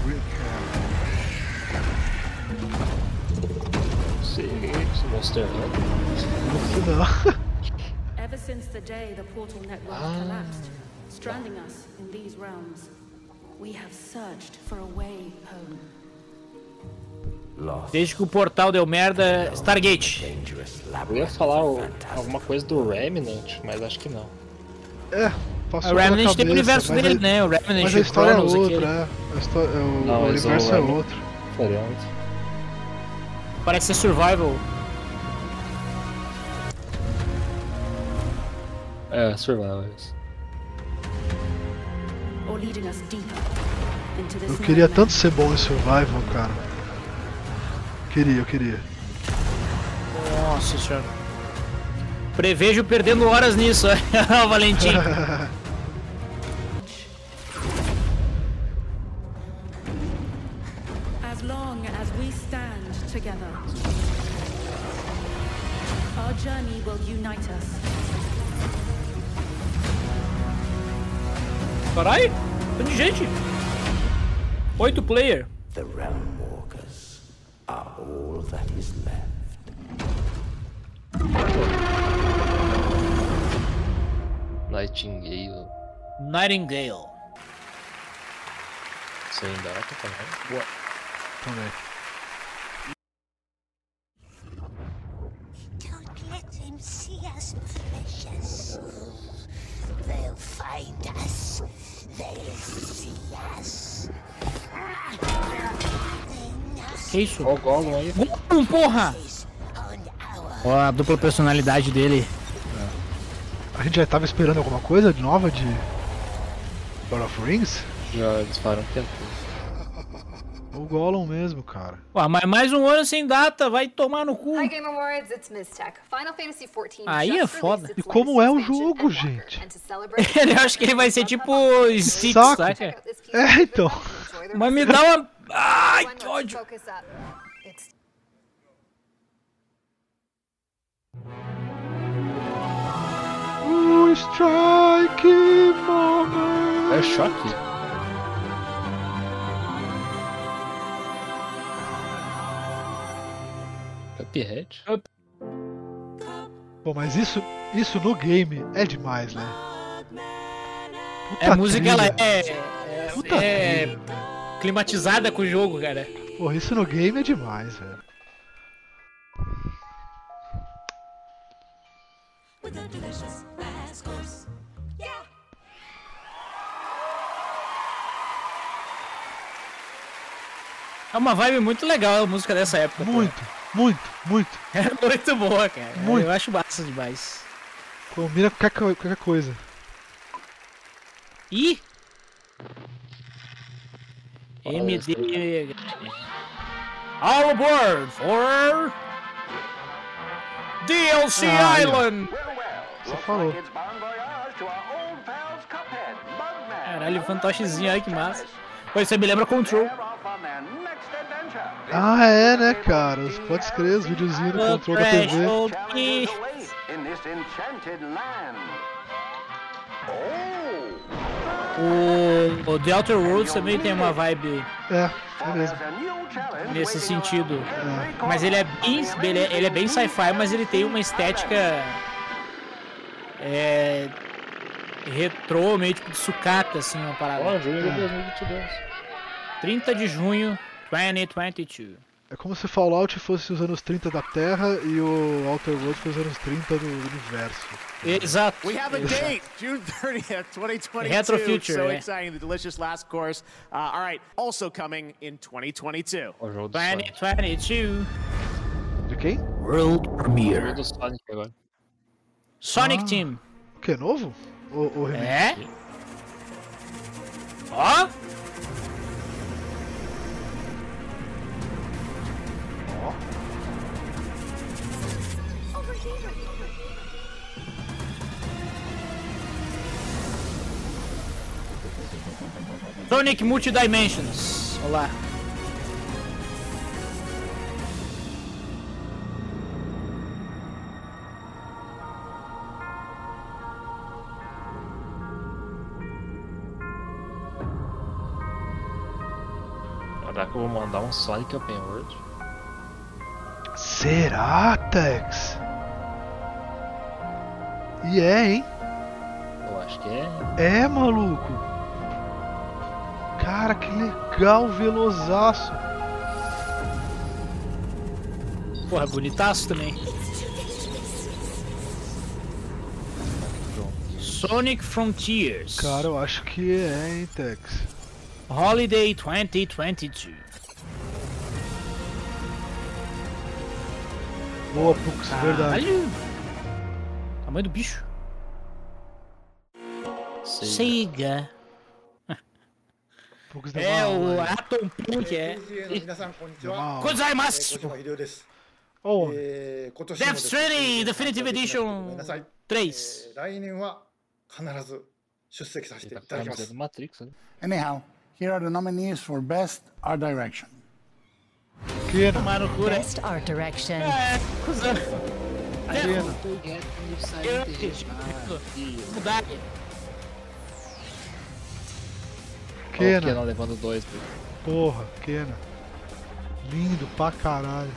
Não sei, Monster Hunter. Não. Ever since the day the portal network Ah. collapsed, stranding us in these realms, we have searched for a way home. Desde que o portal deu merda, Stargate. Eu ia falar o, alguma coisa do Remnant, mas acho que não. É, passou O Remnant pela tem o cabeça, universo mas dele, a- né? O Remnant Mas a história é Chronos, outra, aquele. é. A história, é o, Não, o mas universo o é Remnant- outro. Diferente. Parece ser survival. É, Survival. isso. Or leading us deeper into this Eu queria nightmare. tanto ser bom em Survival, cara. Queria, eu queria. Nossa senhora. Prevejo perdendo horas nisso, ó, Valentim. As long as we stand together, our journey will unite us. Carai, quanta gente. Oito player. The Realm Walkers are all that is left. Nightingale. Nightingale. Sem data também. Também. Don't let them see us, precious. They'll find us. They'll see us. Que isso? Ó o Gollum aí. Gollum, porra! Ó a dupla personalidade dele. A gente já tava esperando alguma coisa de nova de Lord of Rings? Já eles falaram que é O Gollum mesmo, cara. Ó, mas mais um ano sem data, vai tomar no cu. Hi Game Awards, it's Miztech. Final Fantasy fourteen Aí é just foda. released E its como é o latest expansion, jogo, Endwalker, gente? and to celebrate, Ele acha que ele vai ser tipo Sticks, Saco. saca? É, então. Mas me dá uma... Ai, que ódio. focus up. It's O strike moment. É choque. Cuphead? Pô, mas isso, isso no game é demais, né? Puta É, a música ela trilha. é, é, Puta é trilha. climatizada com o jogo, cara. Porra, isso no game é demais, velho. É uma vibe muito legal a música dessa época. Muito, muito, muito. É muito boa, cara. Muito. Eu acho massa demais. Combina com qualquer, co- qualquer coisa. Ih! M D... All aboard for... D L C Ah, aí, ó. Island! Você falou. Caralho, fantochezinho, aí que massa. Pô, isso aí me lembra Control. Ah, é, né, cara? Pode escrever os videozinhos do controle da T V. Threshold e... In this enchanted land. O, o The Outer Worlds também tem uma vibe É, é mesmo. nesse sentido. Mas ele é bem, ele é, ele é bem sci-fi, mas ele tem uma estética é, retrô, meio tipo de sucata, assim, uma parada. Ó, junho de dois mil e vinte e dois. trinta de junho de dois mil e vinte e dois. É como se Fallout fosse os anos trinta da Terra e o Outer Worlds fosse os anos trinta do universo. Exato. We have a Exato. date, June thirtieth, twenty twenty-two. Retro Future, So é. exciting, the delicious last course. Uh, all right, also coming in twenty twenty-two. O jogo do dois mil e vinte e dois. De quem? World O Premiere. jogo do Sonic agora. Sonic Ah. Team. O que, novo? O, o remake? É? Ó. Sonic Multidimensions. Olá. Caraca, eu vou mandar um Sonic Open World. Será, Tex? E é, hein? Eu acho que é. É, maluco. Cara, que legal, velozaço. Porra, bonitaço também. Sonic Frontiers. Cara, eu acho que é, hein, Tex? Holiday twenty twenty-two. Boa, Pux, verdade. Caralho. Tamanho do bicho. Sega. É o Atom Punk, é. Gozaimasu. Oh. Death Stranding Definitive Edition três. Anyhow, here are the nominees for Best Art Direction. Best Art Direction. É, cuzão. Mudar. Kena. Kena levando dois. Porra, Kena. Lindo pra caralho.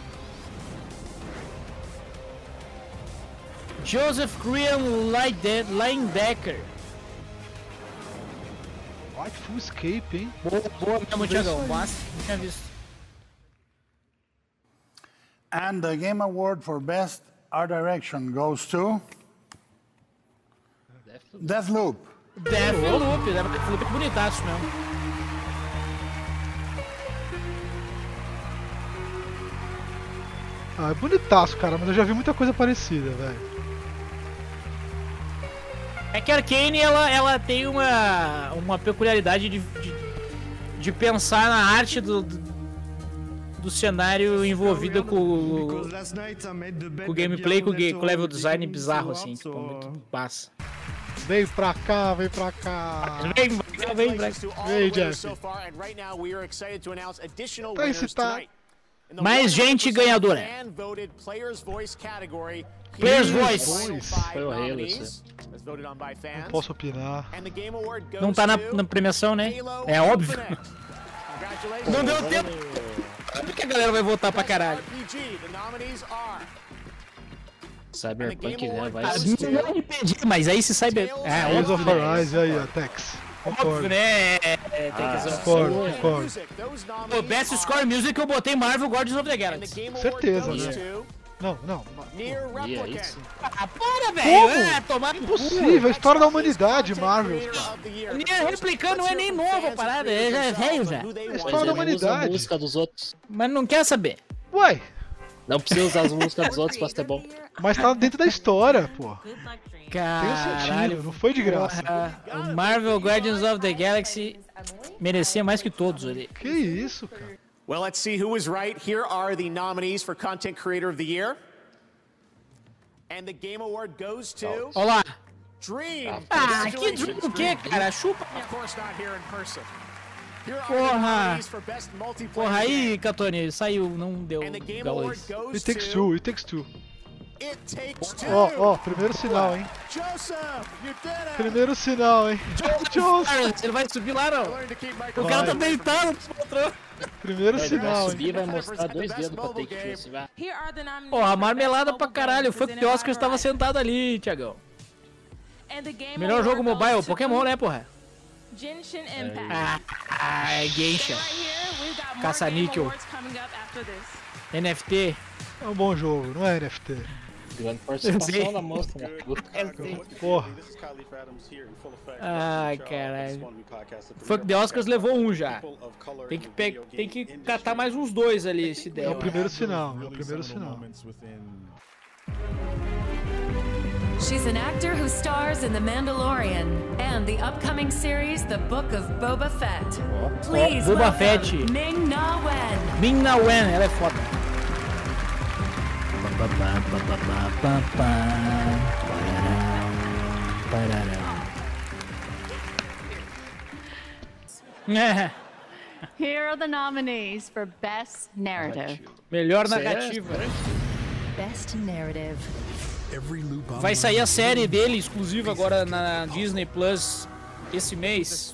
Joseph Graham Linedecker. White Full Escape, hein? Boa, boa mesmo, Thiagão. Mas não tinha visto. And the Game Award for Best Art Direction goes to Deathloop. Deathloop, Deathloop é bonitaço mesmo. Ah, é bonitaço, cara, mas eu já vi muita coisa parecida, velho. É que a Arkane, ela, ela tem uma, uma peculiaridade de, de, de pensar na arte do, do, do cenário envolvida com, com o gameplay, com o, com o level design bizarro, assim, tipo, muito massa. Vem pra cá, vem pra cá. Vem pra cá, vem pra cá. Vem, Jeff. Tá excitado. Mais gente ganhadora. Players Voice. Foi o Halo, isso. Não posso opinar. Não tá na, na premiação, né? É óbvio. Não deu tempo. Por que a galera vai votar pra caralho? Cyberpunk, né? Vai ah, não R P G, mas aí se Cyber... É, Rise of Horizon, aí, ó, Tex. Óbvio, né? É, tem que ah, concordo, concordo. O Best Score Music eu botei Marvel Guardians of the Galaxy. Certeza, né? Não, não. É isso? Ah, para, velho! É, tomar impossível, a história da humanidade, Marvel. Nier Replicando não é nem novo a parada, é, já é velho já. É a história da humanidade. A música dos outros. Mas não quer saber. Ué? Não precisa usar as músicas dos outros pra ser bom. Mas tá dentro da história, pô. Caralho, tem um sentido, não foi de graça. O Marvel Guardians of the Galaxy merecia mais que todos ali. Que isso, cara. Well, let's see who was right. Here are the nominees for Content Creator of the Year. And the Game Award goes to... Olá. Dream. Ah, que Dream o quê, cara? Chupa. Of course not here in person. Porra. Porra, aí, Catone, saiu, não deu galões. It takes two, it takes two. Ó, ó, primeiro sinal, hein? Primeiro sinal, hein? Joseph! Ele vai subir lá, não? O cara tá deitado, patrão. Primeiro sinal, hein? Subir vai mostrar dois dedos pra Take Two, se vai. Porra, marmelada pra caralho. O Funk the Oscar estava sentado ali, Thiagão. Melhor jogo mobile, Pokémon, né, porra? Genshin Impact. Ah, ah, é Genshin. Caça-níquel. N F T. É um bom jogo, não é N F T. Grande participação da mostra, né? Porra. Ai, caralho. Funk the Oscars levou um já. Tem que, pe tem que catar mais uns dois ali, se der. É o primeiro sinal, é o primeiro sinal. She's an actor who stars in The Mandalorian and the upcoming series The Book of Boba Fett. Please oh, Boba Fett. Ming-Na Wen. Ming-Na Wen, ela é foda. É. Here are the nominees for Best Narrative. Melhor narrativa. Best Narrative. Vai sair a série dele exclusiva agora na Disney Plus esse mês.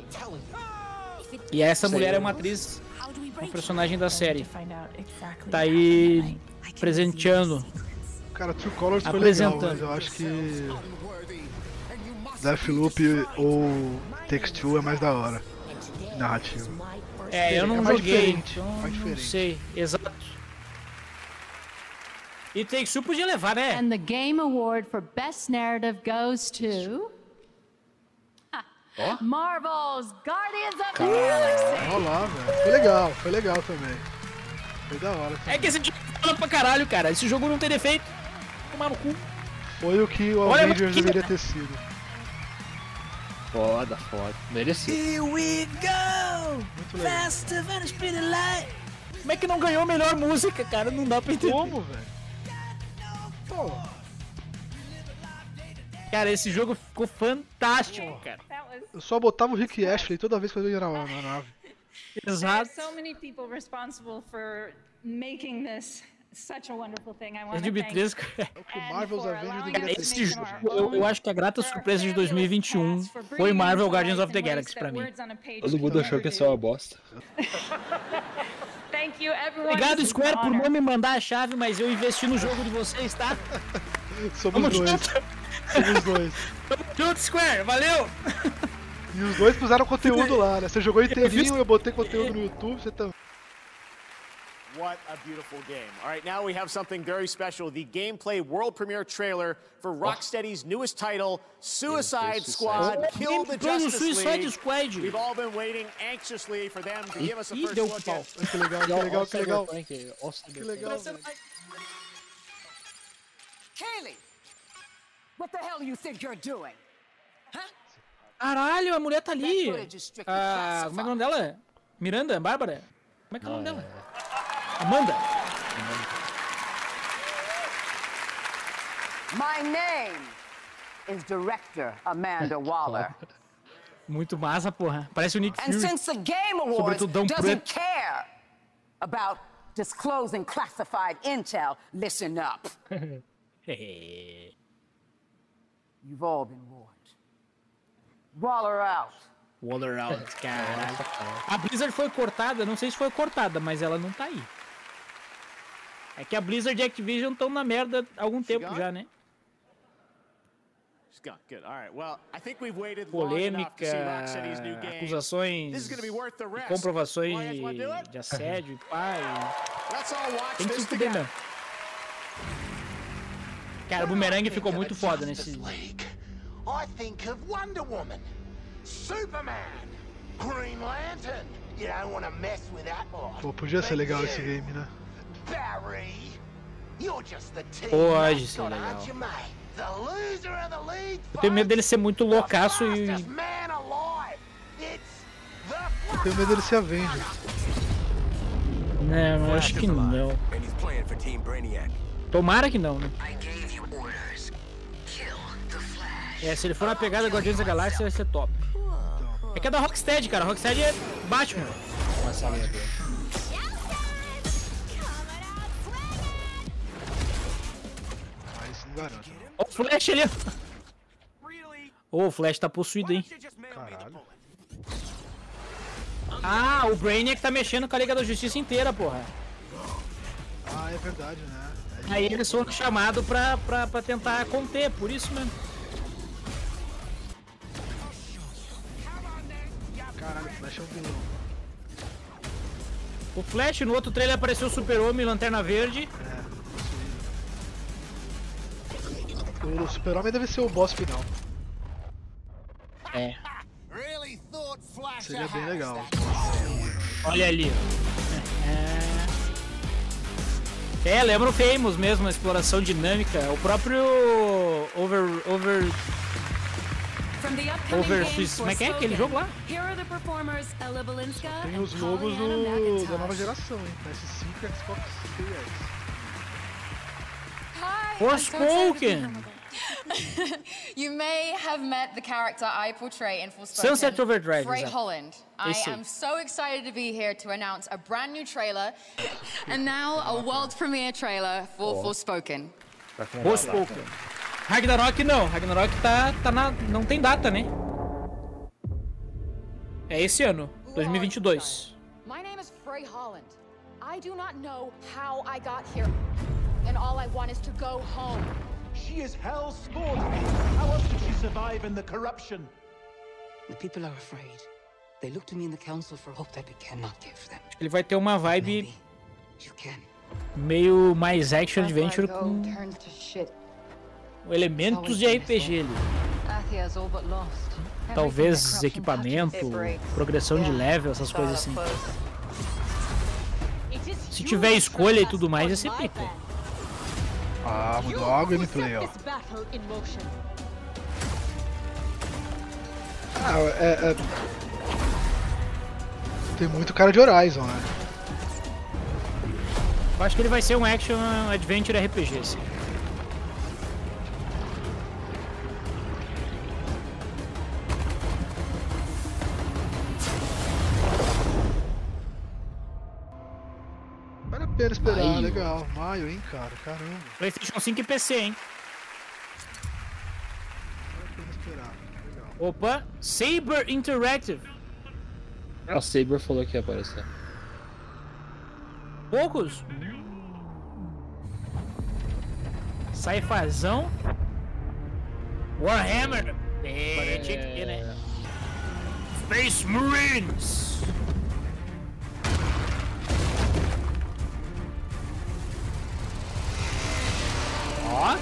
E essa mulher é uma atriz, um personagem da série. Tá aí presenteando. Cara, True Colors foi legal, mas eu acho que Deathloop ou Take-Two é mais da hora. Narrativa. É, eu não é joguei, então não sei, exato. E Take-Two podia levar, né? And the Game Award for Best Narrative goes to oh? Marvel's Guardians of the Galaxy. Olha lá, velho. Foi legal, foi legal também. Foi da hora também. É que esse jogo fala pra caralho, cara. Esse jogo não tem defeito. Tomar no cu. Foi o que o Avengers deveria ter sido. Foda, foda. Merecido. Here we go! Muito legal. Faster than a speed light. Como é que não ganhou a melhor música, cara? Não dá pra entender. Como, velho? Pô. Cara, esse jogo ficou fantástico, cara. Eu só botava o Rick Astley toda vez que eu ia na, na nave. Exato. So many people responsible for making this such a wonderful thing. I want É to de thank Bitresco. Marvel's Avengers deveria ter Esse sido. jogo, eu, eu acho que a grata surpresa de dois mil e vinte e um foi Marvel Guardians of the Galaxy pra mim. Todo mundo achou que ia ser uma bosta. Thank you, everyone. Obrigado, Square, por não me mandar a chave, mas eu investi no jogo de vocês, tá? Somos Vamos dois. junto. Somos dois. Tamo junto, Square, valeu! E os dois puseram conteúdo lá, né? Você jogou inteirinho, eu botei conteúdo no YouTube, você também. What a beautiful game. All right, now we have something very special. The gameplay world premiere trailer for Rocksteady's newest title, Suicide Squad, Oh, Kill the gameplay do Justice Suicide League. Squad. We've all been waiting anxiously for them to give us a Ih, first deu look pau. at... Que legal, que legal, que legal. Que legal, velho. Kaylee! What the hell you think you're doing? Caralho, a mulher tá ali. Ah, como é que é o nome dela? Miranda? Bárbara? Como é que é o nome dela? Amanda? My name is Director Amanda Waller. Muito massa, porra. Parece o Nick And Fury. since the Game Awards Sobretudão doesn't preto. care about disclosing classified intel, listen up. You've all been warned. Waller out. Waller out, caralho. A Blizzard foi cortada, não sei se foi cortada, mas ela não tá aí. É que a Blizzard e a Activision estão na merda há algum tempo já, né? Good. All right. Well, I think we've waited long enough to see Polêmica, Rocksteady's new game. acusações, This is going to be worth the e risk. comprovações Why, you guys wanna do it? de, de assédio e pai. Let's all watch Tem que this se fuder together. mesmo. Cara, o Boomerang ficou muito foda nesse... I think of Wonder Woman, Superman, Green Lantern. You don't want to mess with that lot. Pô, podia ser legal esse game, né? Barry, you're just the team Pode ser mascot, legal. aren't you, mate? The loser of the league. Eu tenho medo dele ser muito loucaço e... Fastest man alive. It's the Eu tenho medo dele ser Avenger. Não, eu acho que não. And he's playing for Team Brainiac. Tomara que não, né? É, se ele for na pegada Guardiões da Galáxia, vai ser top. É que é da Rocksteady, cara. Rocksteady é Batman. Começa a minha dele. Mas não garanto. Ó o Flash ali. Ô, oh, o Flash tá possuído, hein? Caralho. Ah, o Brainiac tá mexendo com a Liga da Justiça inteira, porra. Ah, é verdade, né? É Aí eles foram chamados pra, pra, pra tentar conter, por isso mesmo. Caralho, o Flash é um vilão. O Flash, no outro trailer apareceu o Super-Homem e Lanterna Verde. É, o Super-Homem deve ser o boss final. É. Seria bem legal. Olha ali. É, é lembra o Famous mesmo, a exploração dinâmica. O próprio Over... Over... Over... Como é que é aquele jogo lá? Tem os logos do, da nova geração, hein? P S cinco e Xbox Series X. Forspoken! You may have met the character I portray in Forspoken, Sunset Overdrive, Frey exato. Holland. I Esse. am so excited to be here to announce a brand new trailer, and now a world premiere trailer for Oh. Forspoken. Forspoken. Ragnarok não, Ragnarok tá, tá na, não tem data, né? É esse ano, dois mil e vinte e dois. My name is Frey Holland. I do not know how I got here, and all I want is to go home. She is hell-spawned. How else did she survive in the corruption? The people are afraid. They look to me in the council for hope that we cannot give them. Acho que ele vai ter uma vibe meio mais action adventure com Turns to shit. elementos de R P G ali. Athia's all but lost. Talvez equipamento, progressão de level, essas coisas assim. Se tiver escolha e tudo mais, ia ser pica. Ah, mudou a gameplay, ó. Ah, é, é... Tem muito cara de Horizon, né? Eu acho que ele vai ser um action adventure R P G, assim. Vale a pena esperar, Maio. legal. Maio, hein, cara? Caramba. PlayStation cinco e P C, hein? Vale a pena esperar. Legal. Opa, Saber Interactive. Ah, o Saber falou que ia aparecer. Poucos? Sci-Fazão. Warhammer. É, tinha que ter, né? Space Marines. Ó.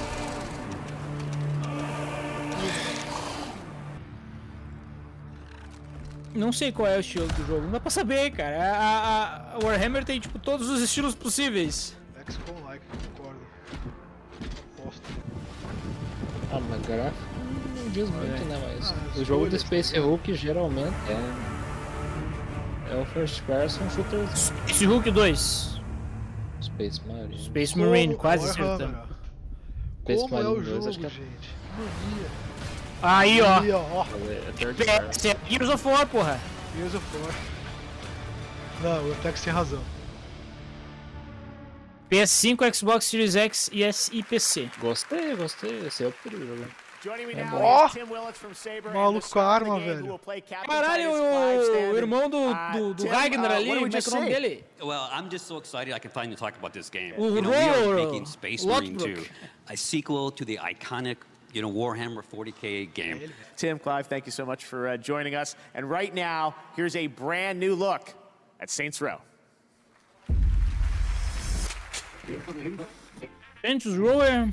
Não sei qual é o estilo do jogo, não dá pra saber, cara. A, a, a Warhammer tem, tipo, todos os estilos possíveis. X COM-like, concordo. Posto. Ah, mas gráfico não diz muito, É. né? Mas Ah, o jogo do escolhas, Space Hulk geralmente é. É o first person shooter. Space Hulk dois. Space Marine. Space Marine, Como- quase Warhammer. acertando. Space Como é o Marine dois, jogo, acho que é- gente? Mania. Aí, ó. Aí, ó. É third P person. S, é Gears of War, porra. Gears of War. Não, o Tex tem razão. P S cinco, Xbox Series X e S e P C. Gostei, gostei. Esse é o período. Joining me É now bom. is Tim Willits from Saber, Maluco and the com a star of the arma, game who velho. will play Captain Caralho, Titus Clive o, Stanton. o irmão do, Uh, do, do Tim, Ragnar uh, ali, what did we como é que é just o nome say? dele? Well, I'm just so excited I can finally talk about this game. Ooh, You know, we are Roar, making Space Marine Lothbrok. two, a sequel to the iconic, you know, Warhammer forty K game. Tim, Clive, thank you so much for uh, joining us. And right now, here's a brand new look at Saints Row. Saints Row é...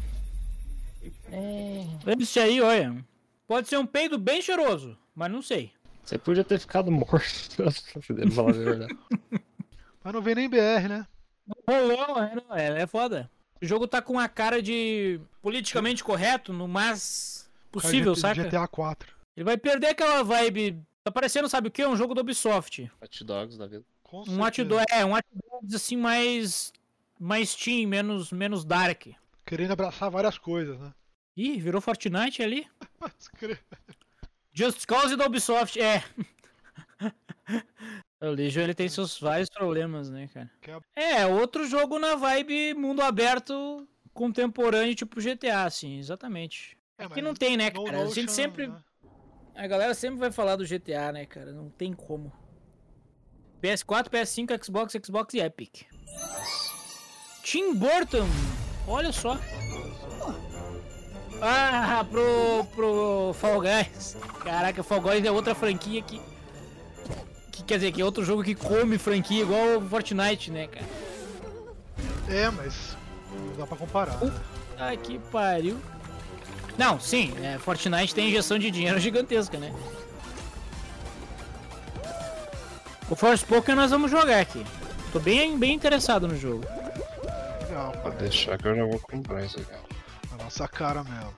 Esse aí, olha. Pode ser um peido bem cheiroso, mas não sei. Você podia ter ficado morto, pra falar a verdade. Mas não vem nem B R, né? Rolou, é, não, é, é foda. O jogo tá com a cara de politicamente correto, no mais possível, Cara, saca? G T A quatro. Ele vai perder aquela vibe. Tá parecendo, sabe o que? Um jogo da Ubisoft. Hot Dogs da vida. Com Um Hot Dogs, é, um Hot Dogs assim mais. Mais teen, menos, menos dark. Querendo abraçar várias coisas, né? Ih, virou Fortnite ali? Mas, cre- Just Cause da Ubisoft, é. O Legion ele tem seus vários problemas, né, cara? É, outro jogo na vibe mundo aberto contemporâneo, tipo G T A, assim, exatamente. É, Aqui mas não tem, né, no cara? A motion, gente sempre. né? A galera sempre vai falar do G T A, né, cara? Não tem como. P S quatro, P S cinco, Xbox, Xbox e Epic. Tim Burton, olha só. Ah, pro, pro Fall Guys. Caraca, Fall Guys é outra franquia que, que quer dizer, que é outro jogo que come franquia igual o Fortnite, né, cara? É, mas não dá pra comparar. Né? Ai, que pariu. Não, sim, é, Fortnite tem injeção de dinheiro gigantesca, né? O Forspoken nós vamos jogar aqui. Tô bem, bem interessado no jogo. Legal, Pode deixar que eu já vou comprar isso aqui. A nossa cara mesmo.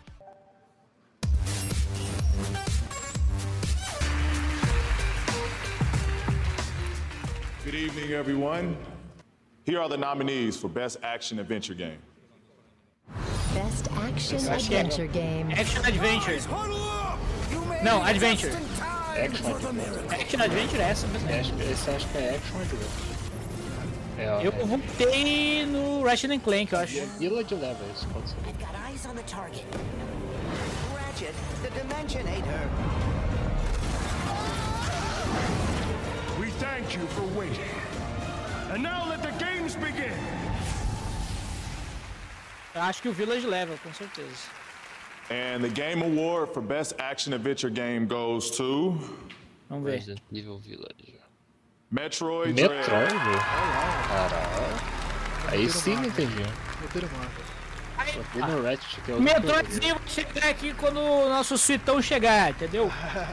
Good evening, everyone. Here are the nominees for Best Action Adventure Game. Best Action Eu acho que é. Adventure Game. Action Adventure. Não, Adventure. Action Adventure. Action Adventure é essa mesmo. Acho que esse acho que é Action Adventure. É, ó, Eu é. votei no Ratchet and Clank, eu acho. Village Levels, pode ser. I've got eyes on the target. Ratchet, the Dimensionator. We thank you for waiting. And now let the games begin. Eu acho que o Village Level, com certeza. And the Game Award for Best Action Adventure Game goes to... Vamos ver. Resident Evil Village. Metroid Metroid? Dread. Caralho. Aí sim não entendi. Roteiro massa. Botei no Ratchet, que é o Metroidzinho vai chegar aqui quando o nosso suitão chegar, entendeu?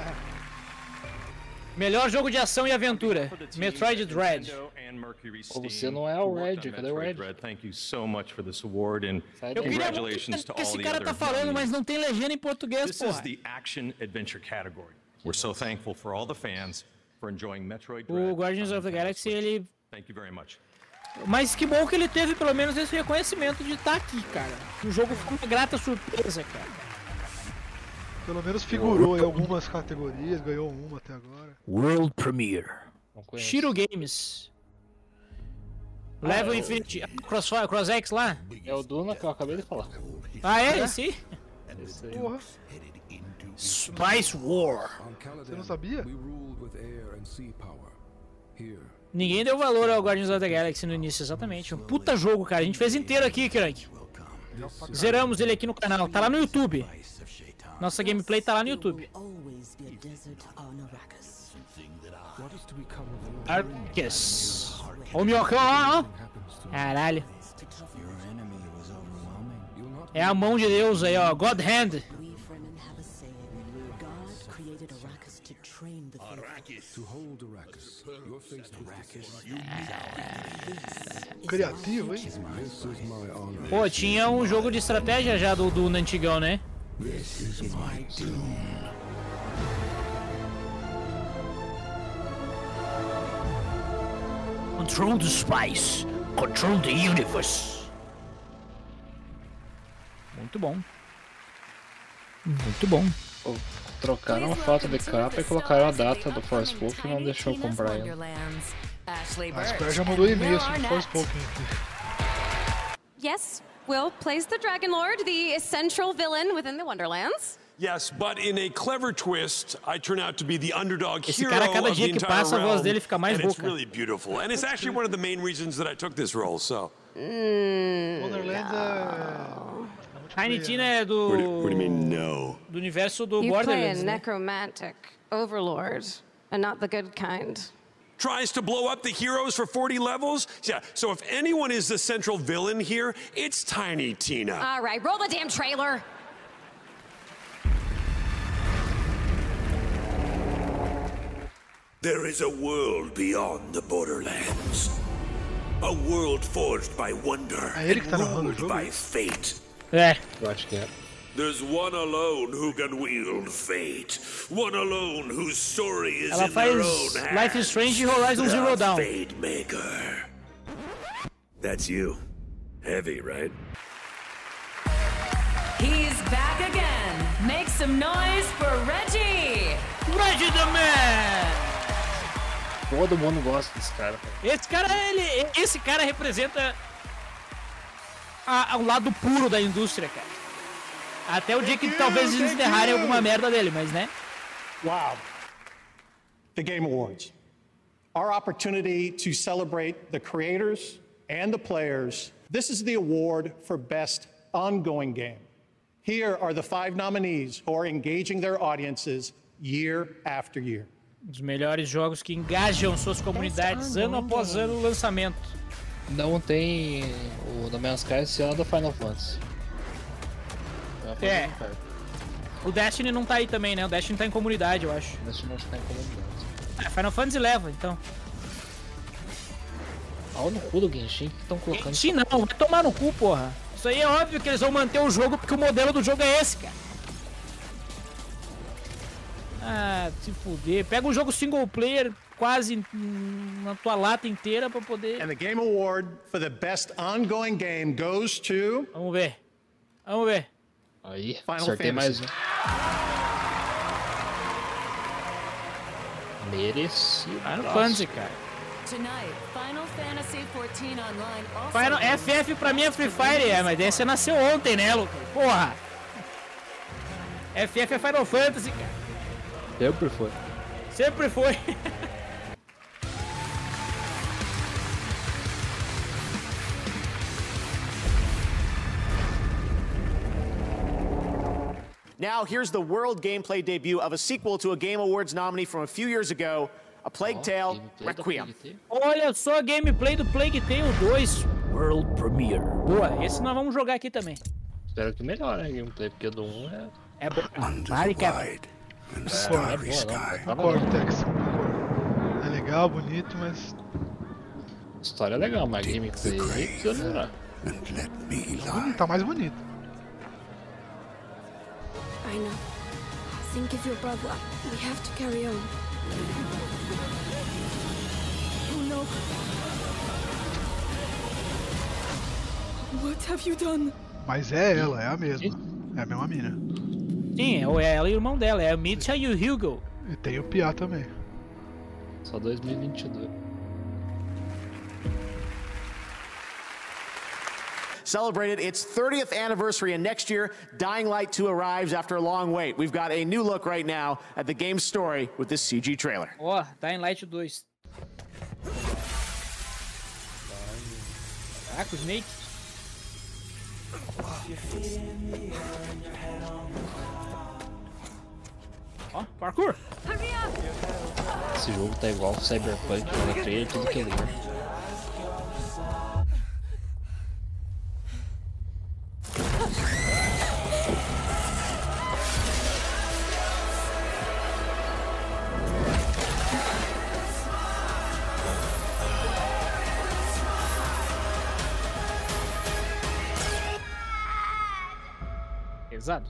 Melhor jogo de ação e aventura. Metroid Dread. Ou você não é o Red, cadê o Red? Thank you so much for this award and Eu queria congratulations to que all esse the cara other tá falando, mas nominees. não tem legenda em português, This porra. is the action adventure category. We're so thankful for all the fans for enjoying Metroid O Dread. Guardians of the Galaxy, ele... Thank you very much. Mas que bom que ele teve pelo menos esse reconhecimento de estar aqui, cara. O jogo foi uma grata surpresa, cara. Pelo menos figurou em algumas categorias, ganhou uma até agora. World Premiere. conheço. Shiro Games. Level Infinity. Crossfire, Cross X lá? É o Duna que eu acabei de falar. Ah, é? Esse? Esse aí. Porra. Spice War. Você não sabia? Ninguém deu valor ao Guardians of the Galaxy no início, exatamente. Um puta jogo, cara. A gente fez inteiro aqui, Crank. Zeramos ele aqui no canal. Tá lá no YouTube. Nossa gameplay tá lá no YouTube. Arceus. Ó o minhocão, ó, ó. Caralho. É a mão de Deus aí, ó. God Hand. Criativo, hein? Pô, tinha um jogo de estratégia já do Duna antigão, né? Control the spice. Control the universe. Muito bom. Muito bom. Pô, trocaram a foto de capa e colocaram a data do Forspoken e não deixou eu comprar ele. A Square já mandou e-mail sobre Forspoken. Yes, Will plays the Dragon Lord, the central villain within the Wonderlands. Yes, but in a clever twist, I turn out to be the underdog Esse hero cara, cada of the dia que entire passa, a voz realm, dele fica mais and it's rouca. really beautiful. And it's actually one of the main reasons that I took this role, so... Mm, Wonderlands é... Tiny Tina é do... What do, what do you mean, no? do universo do You play a Borderlands, né? necromantic overlord, and not the good kind. Tries to blow up the heroes for forty levels? Yeah, so if anyone is the central villain here, it's Tiny Tina. All right, roll the damn trailer. There is a world beyond the Borderlands. A world forged by wonder É ele que tá and narrando o ruled jogo? by fate. É. Eu acho que é. There's one alone who can wield fate. One alone whose story is Ela in their faz own hands. Life is Strange e Horizon The Zero Dawn. Fate Maker. That's you. Heavy, right? He's back again. Make some noise for Reggie. Reggie the Man. Todo mundo gosta desse cara. Esse cara, ele, esse cara representa a, a, o lado puro da indústria, cara. Até o dia que talvez eles enterrarem alguma merda dele, mas né? Wow. The Game Awards. Our opportunity to celebrate the creators and the players. This is the award for Best Ongoing Game. Here are the five nominees who are engaging their audiences year after year. Os melhores jogos que engajam suas comunidades ano após ano o lançamento. Não tem o No Man's Sky esse ano do Final Fantasy. É. O Destiny não tá aí também, né? O Destiny tá em comunidade, eu acho. O Destiny não está em comunidade. Ah, Final Fantasy leva, então. Olha no cu do Genshin que estão colocando. Genshin não, vai tomar no cu, porra. Isso aí é óbvio que eles vão manter o jogo porque o modelo do jogo é esse, cara. Ah, se fuder. Pega um jogo single player quase na tua lata inteira pra poder... And the Game Award for the Best Ongoing Game goes to... Vamos ver. Vamos ver. Aí, Final acertei Fantasy. mais um. Merecido. Final Fantasy, cara. Tonight, Final Fantasy fourteen Online also Final, F F pra mim é Free Fire, é, mas daí você nasceu ontem, né, Lucas? Porra! F F é Final Fantasy, cara. Sempre foi. Sempre foi. Now, here's the world gameplay debut of a sequel to a Game Awards nominee from a few years ago, A Plague Tale: Requiem. Olha só a gameplay do Plague Tale dois World Premiere. Boa, esse nós vamos jogar aqui também. Espero que melhore a gameplay, porque do um é... É bom. Vale, cara. É, é boa, Concordo, Tex. Concordo. É legal, bonito, mas... A história é legal, mas a gameplay precisa melhorar. Hum, tá mais bonito. I know. Think of your brother. We have to carry on. Oh no. What have you done? Mas é ela, é a mesma. É a mesma mina. Sim, é ela e o irmão dela, é a Mitya e o Hugo. E tem o Pia também. Só dois mil e vinte e dois. Celebrated its thirtieth anniversary, and next year, Dying Light two arrives after a long wait. We've got a new look right now at the game's story with this C G trailer. Ó, oh, Dying Light dois. Caraca, o Snake. Ó, oh, parkour. Esse jogo tá igual o Cyberpunk, no trailer, tudo que é legal. Pesado.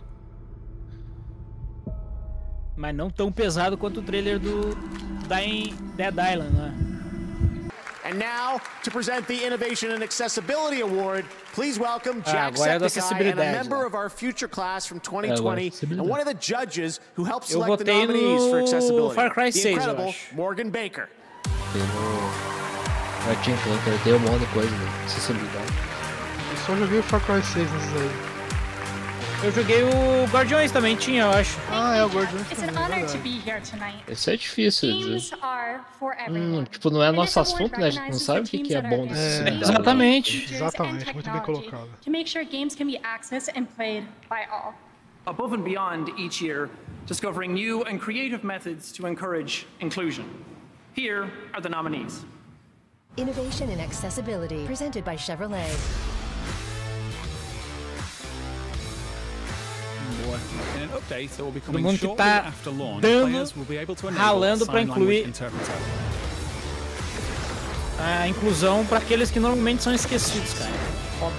Mas não tão pesado quanto o trailer do Dying Dead Island, né? And now, to present the Innovation and Accessibility Award, please welcome Ah, Jack agora é da Septiceye and a acessibilidade, member né? of our future class from twenty É, agora twenty, acessibilidade. and one of the judges who helped Eu select the votei nominees for no accessibility, Far Cry the seis, eu incredible acho. Morgan Baker. Tem no... Ratchet and Clank, tem um monte de coisa, né? Acessibilidade. Eu só joguei o Far Cry seis nesses aí. Eu joguei o Guardiões também, tinha, eu acho. Ah, é o Guardiões It's também, an é honor to verdade. be here tonight. Esse é difícil, às vezes. Games are for everyone. Hum, tipo, não é nosso assunto, né? A gente não sabe o que, que é bom dessa É, acessibilidade. Exatamente. Exatamente, muito bem colocado. To make sure games can be accessed and played by all. Above and beyond each year, discovering new and creative methods to encourage inclusion. Here are the nominees. Innovation and Accessibility, presented by Chevrolet. In an update that will be Todo coming mundo que shortly tá after launch, dando, players will be able to enable ralando pra sign language incluir interpreter. a inclusão pra aqueles que normalmente são esquecidos, cara. Foda.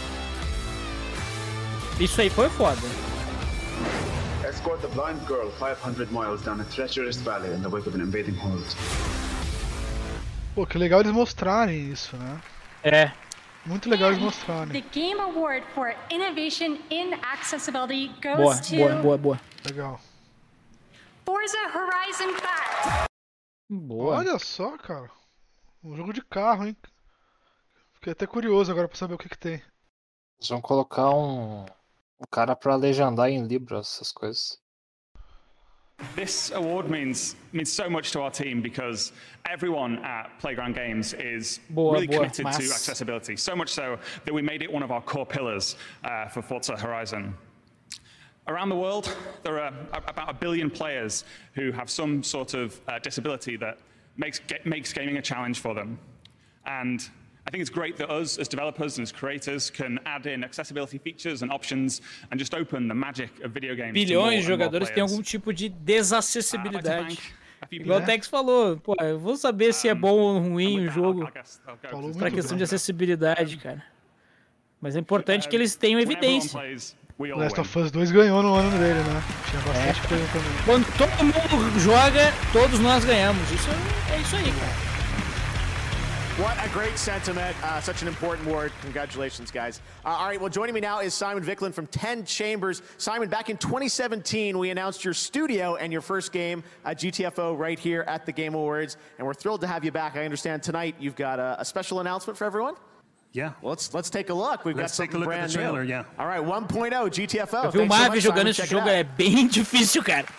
Isso aí foi foda. Escort the blind girl five hundred miles down a treacherous valley in the wake of an invading horde. Pô, que legal eles mostrarem isso, né? É. Muito legal eles The mostrarem. Game Award for Innovation in Accessibility goes Boa, to boa, boa, boa. Legal. Forza Horizon five. Boa. Olha só, cara. Um jogo de carro, hein? Fiquei até curioso agora pra saber o que que tem. Eles vão colocar um, um cara pra legendar em Libras, essas coisas. This award means means so much to our team because everyone at Playground Games is Boa, really boa, committed mas... to accessibility. So much so that we made it one of our core pillars uh, for Forza Horizon. Around the world, there are about a billion players who have some sort of uh, disability that makes makes gaming a challenge for them. And I think it's great that us, as developers and as creators, can add in accessibility features and options and just open the magic of video games. Bilhões de to more and more jogadores têm players. algum tipo de desacessibilidade. a few Igual o Tex falou, pô, eu vou saber se é bom ou ruim o jogo Falou pra muito questão bem. de acessibilidade, cara. Mas é importante que eles tenham evidência. Last of Us dois ganhou no ano dele, né? Tinha bastante É. coisa também. Quando todo mundo joga, todos nós ganhamos. Isso é, é isso aí, cara. What a great sentiment. Uh, such an important word. Congratulations, guys. Uh, all right, well, joining me now is Simon Viklund from Ten Chambers. Simon, back in twenty seventeen, we announced your studio and your first game at G T F O right here at the Game Awards, and we're thrilled to have you back. I understand tonight you've got a, a special announcement for everyone? Yeah. Well, let's, let's take a look. We've Let's got take a something look at brand the trailer, new. yeah. All right, one point oh G T F O. Eu vi o Marvel jogando esse jogo, é bem difícil, cara.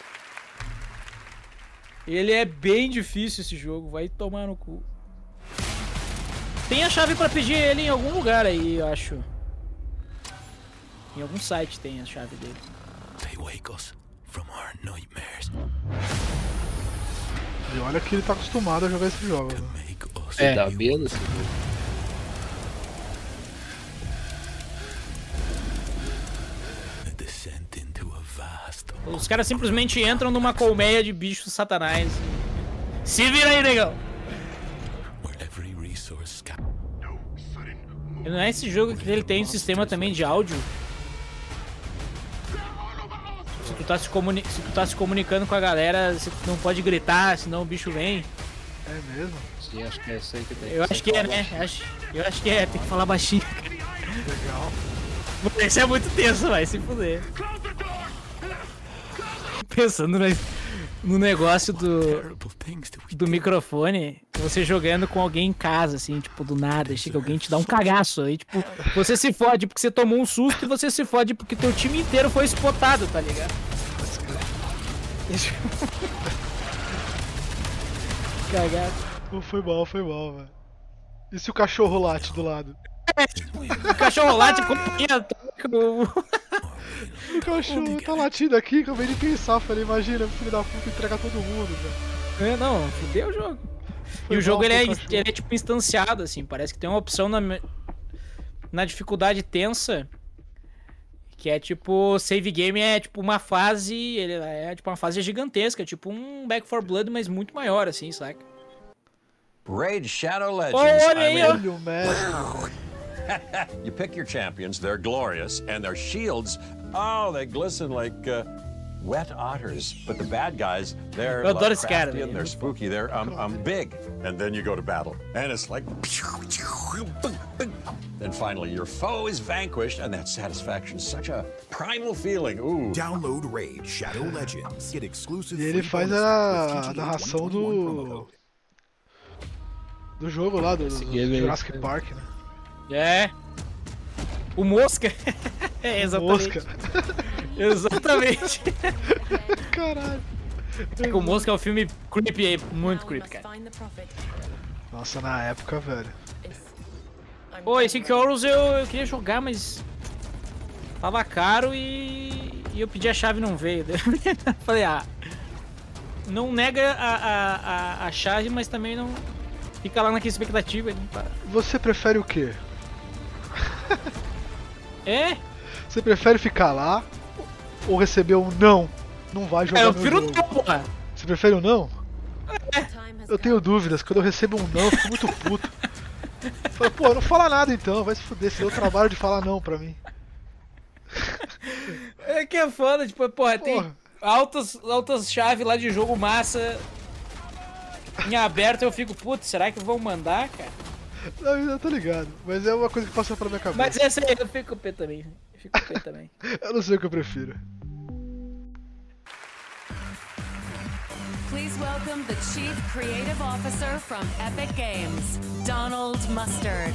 Ele é bem difícil esse jogo, vai tomar no cu. Tem a chave pra pedir ele em algum lugar aí, eu acho. Em algum site tem a chave dele. They wake us from our nightmares. E olha que ele tá acostumado a jogar esse jogo. Né? É, dá medo esse jogo. Os caras simplesmente entram numa colmeia de bichos satanás. Se vira aí, negão! E não é esse jogo que ele tem um sistema também de áudio? Se tu tá se, comuni se tu tá se comunicando com a galera, você não pode gritar, senão o bicho vem. É mesmo? Sim, acho que é isso aí que tem. Eu acho que é, né? Eu acho, eu acho que é, tem que falar baixinho. Legal. Isso é muito tenso, vai se fuder. Pensando no, no negócio do, do microfone, você jogando com alguém em casa, assim, tipo, do nada, chega alguém e te dá um cagaço, aí, tipo, você se fode porque você tomou um susto e você se fode porque teu time inteiro foi spotado, tá ligado? Cagado. Oh, foi mal, foi mal, velho. E se o cachorro late do lado? O cachorro late acompanha o cachorro tá latindo aqui, acabei de pensar, falei, imagina, o filho da puta entregar todo mundo, velho. É, não, fudeu o jogo. Foi e o jogo ele é, ele é tipo instanciado, assim, parece que tem uma opção na, na dificuldade tensa, que é tipo, save game é tipo uma fase, ele é tipo uma fase gigantesca, tipo um Back four Blood, mas muito maior, assim, saca? Raid Shadow Legends. Oh, olha aí, ó. You pick your champions, they're glorious, and their shields, oh, they glisten like uh, wet otters. But the bad guys, they're Eu adoro esse cara, crafty and they're spooky, they're um, um, big. And then you go to battle, and it's like... Then finally, your foe is vanquished, and that satisfaction, such a primal feeling. Ooh. Download Raid Shadow Legends. Get exclusive. E ele faz a narração do... do jogo lá, do, do Jurassic Park, né? É. O Mosca. É, exatamente. Mosca. Exatamente. Caralho. É que o Mosca é um filme creepy aí, muito creepy, cara. Nossa, na época, velho. Pô, esse Chorus eu, eu queria jogar, mas tava caro e, e eu pedi a chave e não veio. Falei, ah, não nega a, a, a, a chave, mas também não fica lá naquela expectativa. Você prefere o quê? É? Você prefere ficar lá ou receber um não? Não vai jogar. É, eu meu prefiro jogo. não, porra. Você prefere um não? É. Eu tenho dúvidas. Quando eu recebo um não, eu fico muito puto. Falo, pô, não fala nada então, vai se fuder, se deu o trabalho de falar não pra mim. É que é foda, tipo, porra, porra. tem altas, altas chaves lá de jogo massa em aberto, eu fico, putz, será que vão mandar, cara? Não, eu tô ligado, mas é uma coisa que passou pela minha cabeça. Mas essa aí, eu fico com o P também, eu fico com o P também. Eu não sei o que eu prefiro. Please welcome the Chief Creative Officer from Epic Games, Donald Mustard.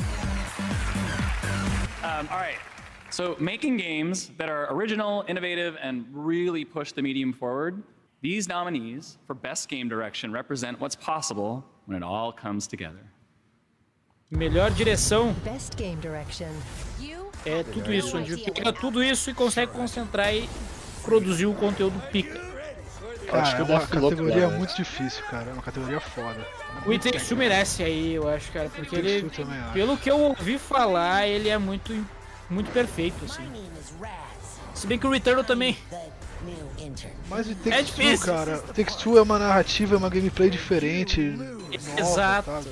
Um, all right, so making games that are original, innovative, and really push the medium forward, these nominees for Best Game Direction represent what's possible when it all comes together. Melhor direção. Best Game Direction. É tudo isso, onde pega tudo isso e consegue concentrar e produzir o conteúdo pica. Cara, acho que é uma categoria né? muito difícil, cara. É uma categoria foda. O It Takes Two merece aí, eu acho, cara, porque ele, pelo que eu ouvi falar, ele é muito, muito perfeito, assim. Se bem que o Returnal também. Mas o It Takes Two, cara, o It Takes Two é uma narrativa, é uma gameplay diferente. Nova, Exato. Tá?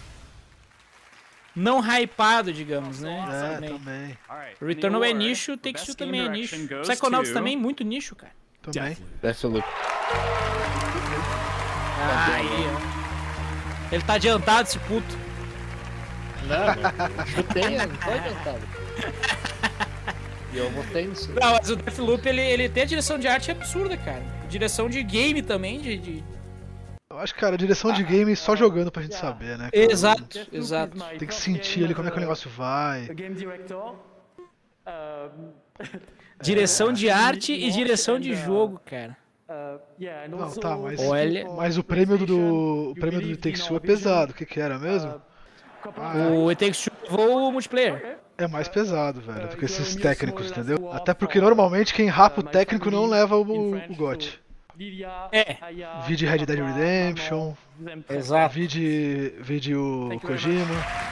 Não hypado, digamos, né? É, também. também. O Returnal é nicho, o Takes Two também é nicho. O Psychonauts também é muito nicho, cara. Também. Deathloop. Ah, aí, ó. Ele tá adiantado, esse puto. Não, eu chutei, não foi adiantado. E eu votei nisso. Não, mas o Deathloop, ele, ele tem a direção de arte absurda, cara. Direção de game também, de... de... Eu acho, cara, a direção de game só jogando pra gente saber, né? Cara? Exato, exato. Tem que sentir ali como é que o negócio vai. Direção de arte e direção de jogo, cara. Não, tá, mas, Olha... mas o prêmio do o prêmio do It Takes Two é pesado. O que que era mesmo? Ah, o It Takes Two levou o multiplayer. É mais pesado, velho, do que esses técnicos, entendeu? Até porque normalmente quem rapa o técnico não leva o, o G O T. É. Vide Red Dead Redemption. Exato. Vide, vide o Kojima.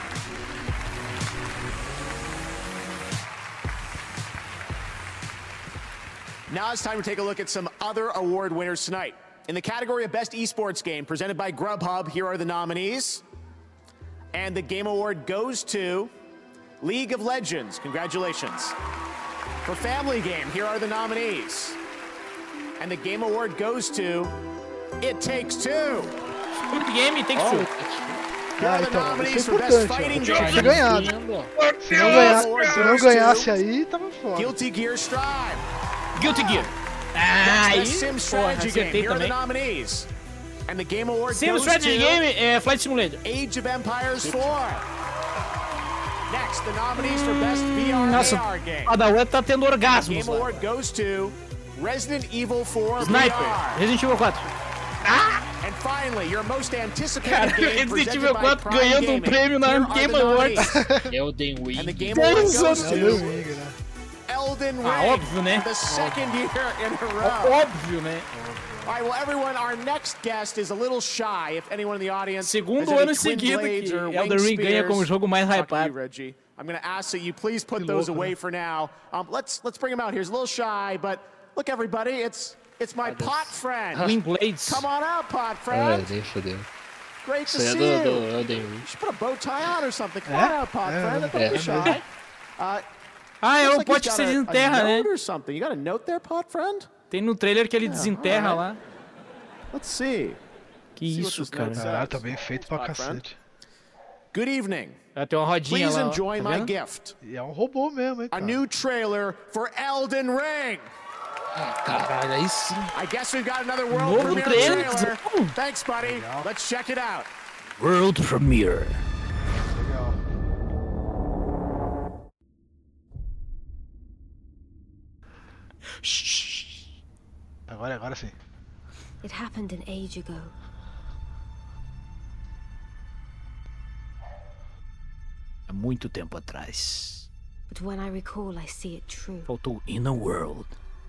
Now it's time to take a look at some other award winners tonight. In the category of Best Esports Game, presented by Grubhub, here are the nominees. And the Game Award goes to League of Legends. Congratulations. For Family Game, here are the nominees. And the Game Award goes to It Takes Two. Good game, It Takes Two. Here are the nominees for Best Fighting Game. Tinha ganhado. Se não, ganha, se não ganhasse aí, tava foda. Guilty Gear Strive. Guilty Gear. Ah, aí, Sim Strategy Game. Here are the nominees. And the Game Award Sim goes Strategy to Game é Flight Simulator. Age of Empires four. Next, the nominees for Best V R Nossa, A R Game. a Dawan tá tendo orgasmos. Game Award goes to Resident Evil four Sniper. V R. Resident Evil quatro. Ah! And finally, your most anticipated Cara, game Resident presented Evil by quatro Prime ganhando um Gaming. prêmio na Here are Game the Awards. nominees. Elden Ring. And the Game Award goes to Elden Ring, né? Elden Ring. Ah, óbvio, né? For the second year in a row. Óbvio, né? All right, well, everyone, our next guest is a little shy. If anyone in the audience Segundo has any ano twin seguido blades que or wing Elden Ring ganha como o spears, jogo mais talk to you, hypado. Reggie. I'm going to ask that you please put Que those louco, away né? for now. Um, let's let's bring him out here. He's a little shy, but look, everybody, it's it's my pot friend. Wing Blades. Come on out, pot Ah, friend. nem fodeu. Great to Isso aí see é do, you. do Elden Ring. You should put a bow tie on or something. Come É? on out, pot É, friend. Don't é, be é shy. mesmo. Uh, Ah, é looks o like pote he's que got você a- desenterra, a né? note or something. You got a note there, pot friend? Tem no trailer que ele desenterra alright. lá. Let's see. Que See what isso, this cara. note says. Caralho, tá bem feito pra Pot friend. cacete. Good evening. Ela tem uma rodinha Please lá, ó. enjoy Tá my vendo? gift. E é um robô mesmo, hein, A cara. new trailer for Elden Ring. Caralho, aí sim. I guess we've got another world Novo premiere trailer. trailer. Thanks, buddy. Let's check it out. World Premiere. Legal. Agora, agora sim. It happened an age ago. Há muito tempo atrás. But when I recall, I see it true. Faltou In a World.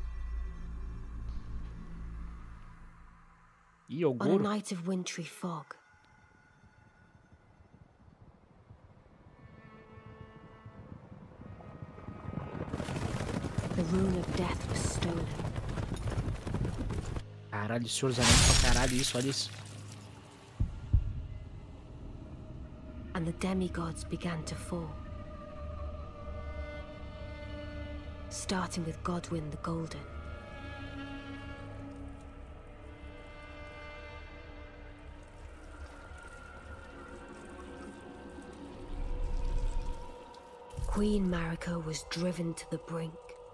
Ih, o On a Goro. night of wintry fog, the rune of death was stolen. Caralho, Senhor dos Anéis pra caralho isso, olha isso. And the demigods began to fall. Starting with Godwyn the Golden. Queen Marika was driven to the brink.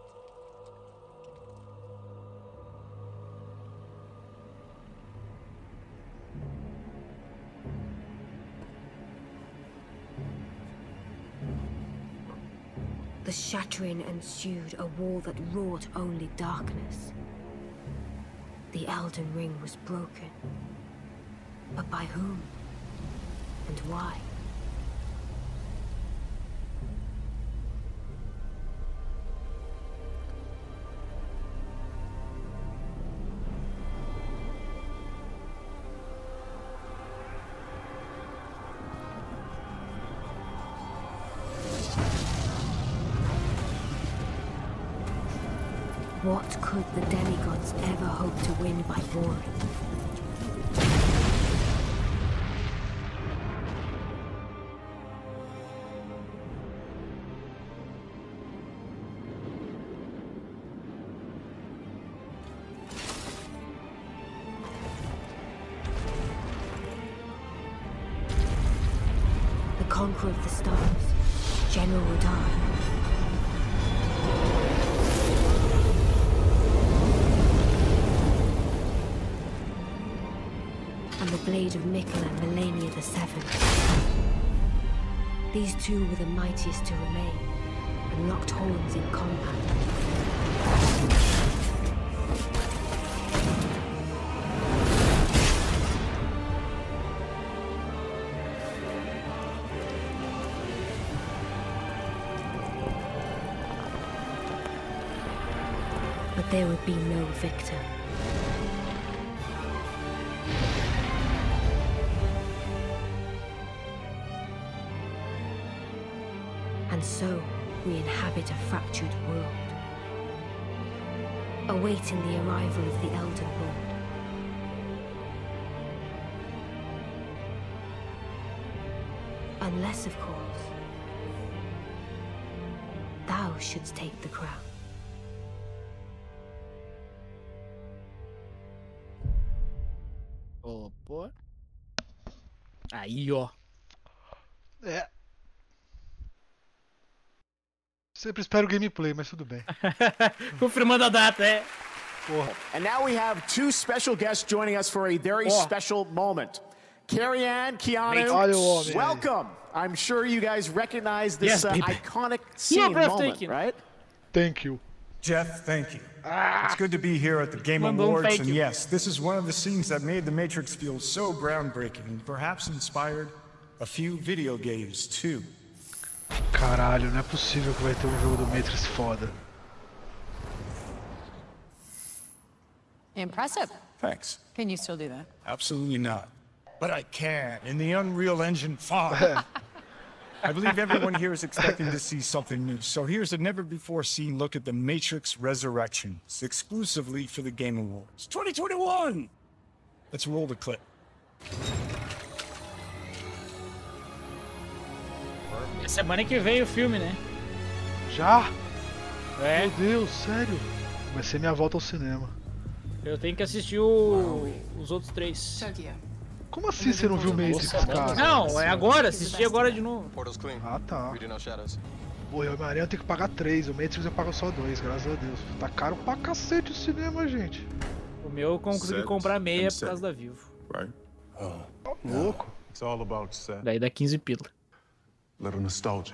The shattering ensued, a war that wrought only darkness. The Elden Ring was broken. But by whom? And why? What could the demigods ever hope to win by warring? conqueror of the stars, General Radahn. And the blade of Mikkel and Melania the Seventh. These two were the mightiest to remain, and locked horns in combat. But there would be no victor. And so, we inhabit a fractured world, awaiting the arrival of the Elden Lord. Unless, of course, thou shouldst take the crown. Oh, pô. Aí, ó. É. Sempre espero o gameplay, mas tudo bem. Confirmando a data, é. Porra. And now we have two special guests joining us for a very Oh. special moment. Carrie-Anne, Keanu, Olha o homem. welcome. I'm sure you guys recognize this Yes, uh, baby. iconic scene moment, right? Thank you. Jeff, thank you. It's good to be here at the Game Mandou um Awards, thank and you. yes, this is one of the scenes that made The Matrix feel so groundbreaking and perhaps inspired a few video games too. Caralho, não é possível que vai ter um jogo do Matrix foda. Impressive. Thanks. Can you still do that? Absolutely not. But I can in the Unreal Engine five. I believe everyone here is expecting to see something new, so here's a never-before-seen look at The Matrix Resurrections, exclusively for the Game Awards twenty twenty-one! Let's roll the clip. Semana que vem o filme, né? Já? É. Meu Deus, sério? Vai ser minha volta ao cinema. Eu tenho que assistir o... os outros três. Como assim você não viu Matrix, cara? Não, é agora, assisti agora de novo. Ah, tá. Pô, eu e Maria tem que pagar três, o Matrix eu pago só dois, graças a Deus. Tá caro pra cacete o cinema, gente. O meu eu consegui comprar meia por causa da Vivo. Right? Tá louco. It's all about set. Daí dá quinze pila. Little nostalgia.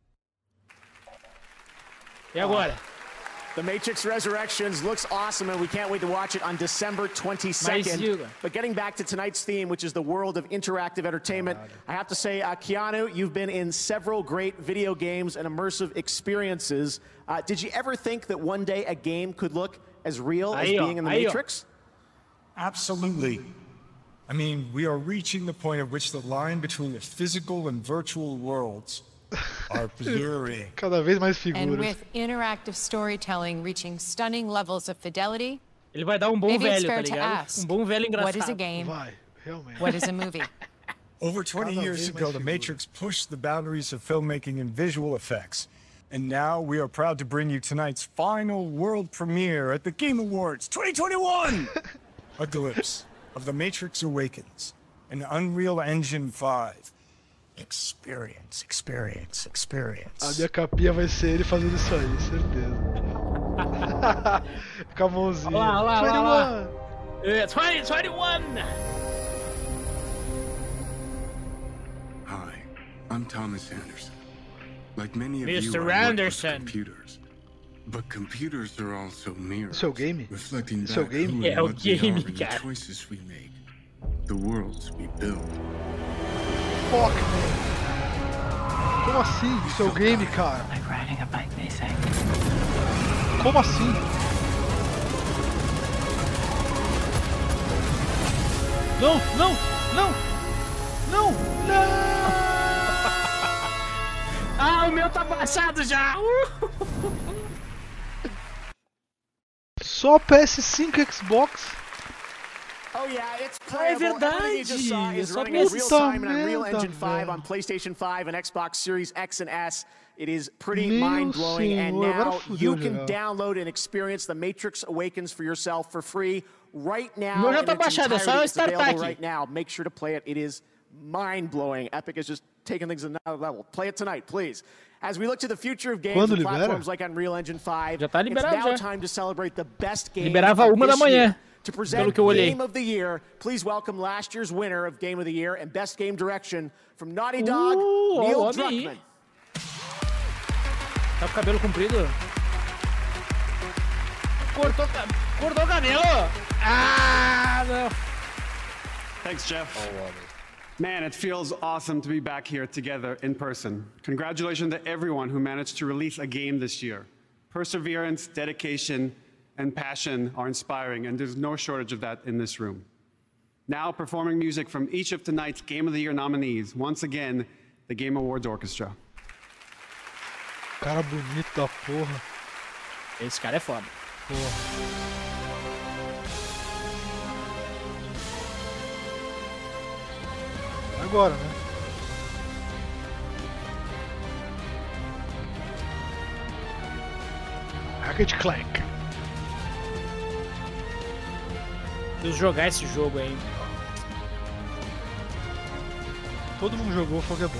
E agora? The Matrix Resurrections looks awesome, and we can't wait to watch it on December twenty-second. Nice. But getting back to tonight's theme, which is the world of interactive entertainment, I have to say, uh, Keanu, you've been in several great video games and immersive experiences. Uh, did you ever think that one day a game could look as real as Aí, ó, being in the aí, ó. Matrix? Absolutely. I mean, we are reaching the point at which the line between the physical and virtual worlds are blurring. Cada vez mais And figuras. with interactive storytelling reaching stunning levels of fidelity, Ele vai dar um bom maybe it's velho, tá fair to ligado? ask, Um bom velho engraçado. what is a game? Vai, realmente. What is a movie? Over twenty Cada years vez ago, mais The figuras. Matrix pushed the boundaries of filmmaking and visual effects. And now we are proud to bring you tonight's final world premiere at the Game Awards twenty twenty-one! A glimpse of The Matrix Awakens, an Unreal Engine five. Experience, experience, A experience. minha capinha vai ser ele fazendo isso aí, certeza. Com a mãozinha. Olha lá, olha lá, olha lá. twenty-one. É, twenty twenty-one! Hi, I'm Thomas Anderson. Like many of you, Mister I work with Anderson. computers. But computers are also mirrors, Isso é o game? reflecting Isso é o back game? who É and o what we game, are and the cara. choices we make, the worlds we build. Fuck, man. Como assim? Isso é o game, cara? Como assim? Não, não, não! Não! Não! Ah, o meu tá baixado já! Uh! Só P S cinco e Xbox? Oh yeah, it's Ah, é playable. Everything you just saw verdade. is É só running in real P S time in Unreal merda, Engine five velho. on PlayStation five and Xbox Series X and S. It is pretty Meu mind-blowing, and senhor, agora now fudeu you de can jogar. download and experience The Matrix Awakens for yourself for free right now. Meu já in tá its baixado, é só eu entirety. It's startar available aqui. right now. Make sure to play it. It is mind-blowing. Epic is just taking things to another level. Play it tonight, please. As we look to the future of games and platforms like Unreal Engine five, já tá it's liberado, now já. time to celebrate the best game Liberava of uma da this manhã, year. To pelo present que eu olhei. Game of the Year, please welcome last year's winner of Game of the Year and Best Game Direction from Naughty Dog, Uh, Neil olha Druckmann. aí. Tá com o cabelo comprido? Cortou, cortou o cabelo! Ah, não. Thanks, Jeff. Man, it feels awesome to be back here together in person. Congratulations to everyone who managed to release a game this year. Perseverance, dedication, and passion are inspiring, and there's no shortage of that in this room. Now, performing music from each of tonight's Game of the Year nominees, once again, the Game Awards Orchestra. Cara bonito da porra. Esse cara é foda. Porra. Agora, né? Ratchet Clank. Preciso jogar esse jogo aí. Todo mundo jogou, foi que é bom.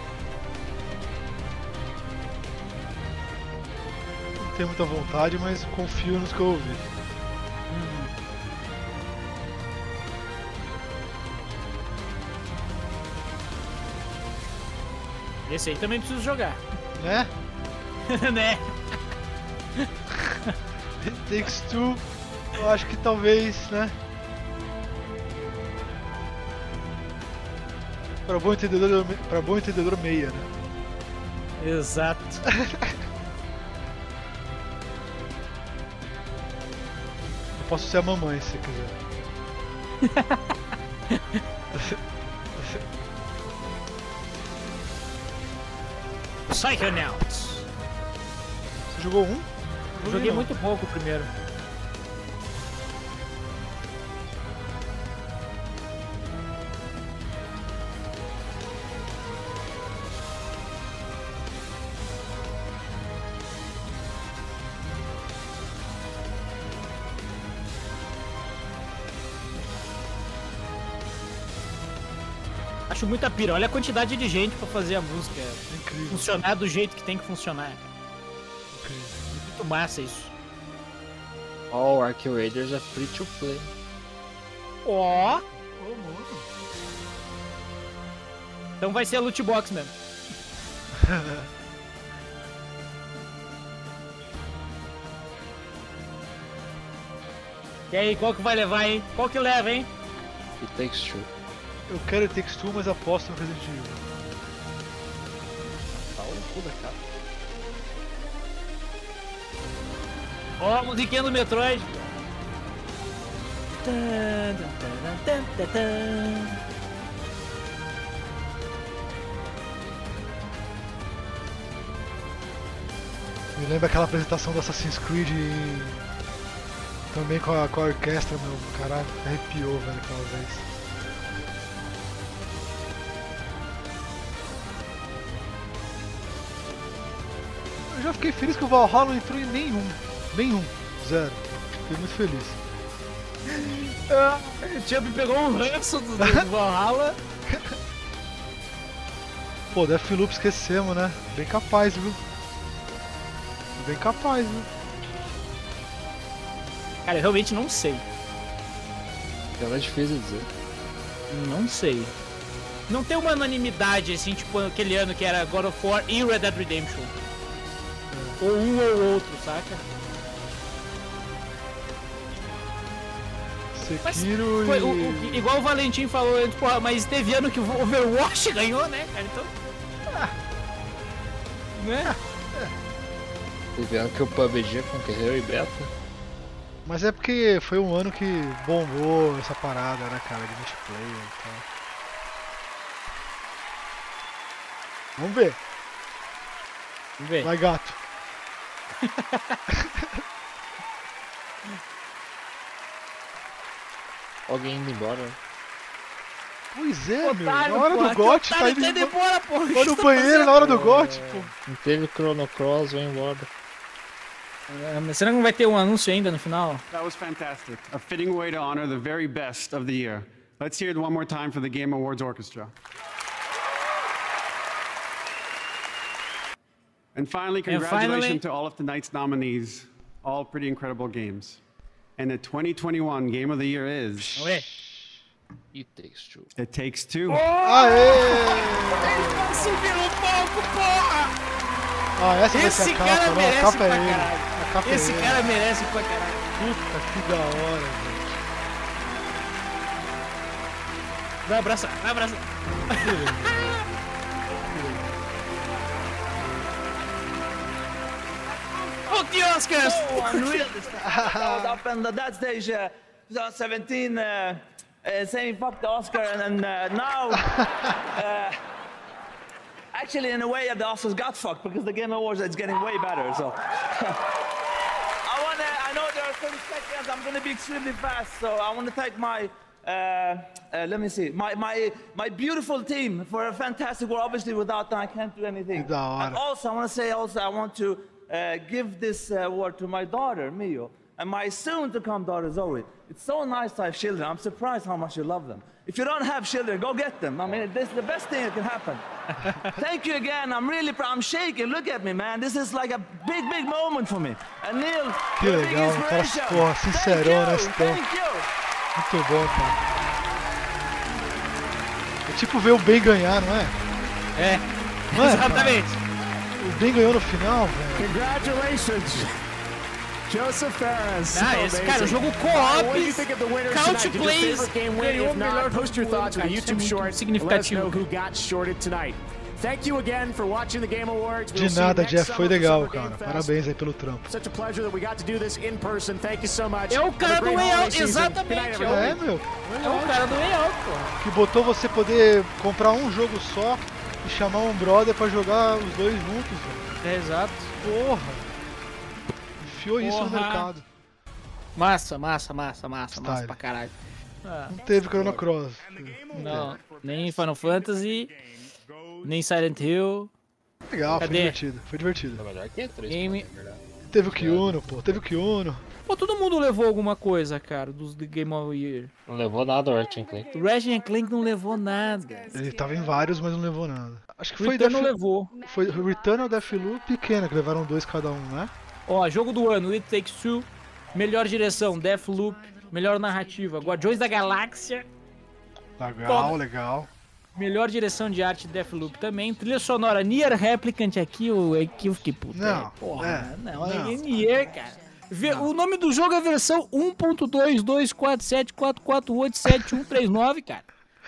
Não tenho muita vontade, mas confio nos que eu ouvi. Hum. Esse aí também preciso jogar. Né? Né? It Takes Two, eu acho que talvez, né? Para bom entendedor, para bom entendedor meia, né? Exato. Eu posso ser a mamãe se quiser. Psychonauts. Você jogou um? Eu joguei muito pouco o primeiro. Acho muita pira. Olha a quantidade de gente pra fazer a música. É incrível. Funcionar do jeito que tem que funcionar. Incrível. Muito massa isso. All Ark Raiders é free to play. Ó. Ô, mano. Então vai ser a loot box mesmo. E aí, qual que vai levar, hein? Qual que leva, hein? It Takes Two. Eu quero It Takes Two, mas aposto no Resident Evil. Tá o cu da cara. Ó, a musiquinha do Metroid. Me lembra aquela apresentação do Assassin's Creed e... também com a, com a orquestra, meu. Caralho, arrepiou, velho, aquela vez. Eu já fiquei feliz que o Valhalla não entrou em nenhum. Nenhum. Zero. Fiquei muito feliz. Ah, o Chubb pegou um ranço do, do Valhalla. Pô, Deathloop esquecemos, né? Bem capaz, viu? Bem capaz, viu? Cara, eu realmente não sei. Ela é difícil de dizer. Não sei. Não tem uma unanimidade, assim, tipo aquele ano que era God of War e Red Dead Redemption. Ou um ou outro, saca? Sekiro foi, e... o, o, igual o Valentim falou antes, porra, mas teve ano que o Overwatch ganhou, né, cara? Então... Ah, né? Teve ano que o P U B G concorreu e beta. Mas é porque foi um ano que bombou essa parada, né, cara, de multiplayer e tal. Vamos ver. Vamos ver. Vai, gato. Alguém indo embora, né? Pois é, meu. Otário, Na hora porra, do GOT, tá indo embora, embora porra. Vai no banheiro na hora do GOT, pô. Não teve Chrono Cross, vai embora. É, mas será que não vai ter um anúncio ainda no final? That was fantastic. A fitting way to honor the very best of the year. Let's hear it one more time for the Game Awards Orchestra. And finally, congratulations finally, to all of tonight's nominees. All pretty incredible games. And the twenty twenty-one Game of the Year is... It Takes Two. It Takes Two. Oh! Aê! Ele vai subir no palco, porra! Ah, essa vai ser Esse a capa, cara não, a merece capa pra é ele. caralho. A capa Esse é ele. cara merece pra caralho. Puta, que da hora, velho. Vai abraçar, vai abraçar. Fuck the Oscars! Oh, unreal. I was up on the, that stage, uh, twenty seventeen, uh, uh, saying fuck the Oscar, and then uh, now, uh, actually, in a way, the Oscars got fucked because the Game Awards is getting way better. So, I want to. I know there are thirty seconds. I'm going to be extremely fast. So I want to thank my. Uh, uh, let me see. My my my beautiful team for a fantastic work. Obviously, without them, I can't do anything. And also, I want to say also, I want to. Uh, give this uh, award to my daughter, Mio, and my soon-to-come daughter, Zoe. It's so nice to have children. I'm surprised how much you love them. If you don't have children, go get them. I mean, this is the best thing that can happen. Thank you again. I'm really proud. I'm shaking. Look at me, man. This is like a big, big moment for me. And Neil, que you're a big legal, cara, inspiration. porra, sincerão, honestão. Thank you. Muito bom, cara. É tipo ver o Ben ganhar, não é? É, não é, exatamente. Cara? O Ben ganhou no final, velho. Congratulations, Joseph Fares. Ah, esse cara, o jogo co-op, couch plays, ganhou o melhor Post your thoughts on the YouTube short. Significativo. Let us know who got shorted tonight. Thank you again for watching the Game Awards. De nada, Jeff, foi legal, cara. Parabéns aí pelo trampo. Such a pleasure that we got to do this in person. Thank you so much. É o cara do Way Out, exatamente. É, meu. É o cara do Way Out, pô. Que botou você poder comprar um jogo só e chamar um brother pra jogar os dois juntos, velho. É, exato. Porra. Enfiou isso no Porra. mercado. Massa, massa, massa, massa, Style. massa pra caralho. Ah. Não teve Chrono Cross. Não, nem Final Fantasy, nem Silent Hill. Legal, Cadê? foi divertido, foi divertido. Game... Teve o Kiuno, pô, teve o Kiuno. Pô, todo mundo levou alguma coisa, cara, dos The Game of the Year. Não levou nada o Ratchet and Clank. O Ratchet and Clank não levou nada. Ele tava em vários, mas não levou nada. Acho que foi Return não Death... levou. Foi Return, Deathloop e Kena, que levaram dois cada um, né? Ó, jogo do ano, It Takes Two. Melhor direção, Deathloop. Melhor narrativa, Guardiões da Galáxia. Legal, Pô. legal. Melhor direção de arte, Deathloop também. Trilha sonora, Nier Replicant aqui, o aqui eu fiquei puta. Não, é, porra, é, não, não. é Nier, cara. Vê, o nome do jogo é versão um ponto dois dois quatro sete quatro quatro oito sete um três nove, cara.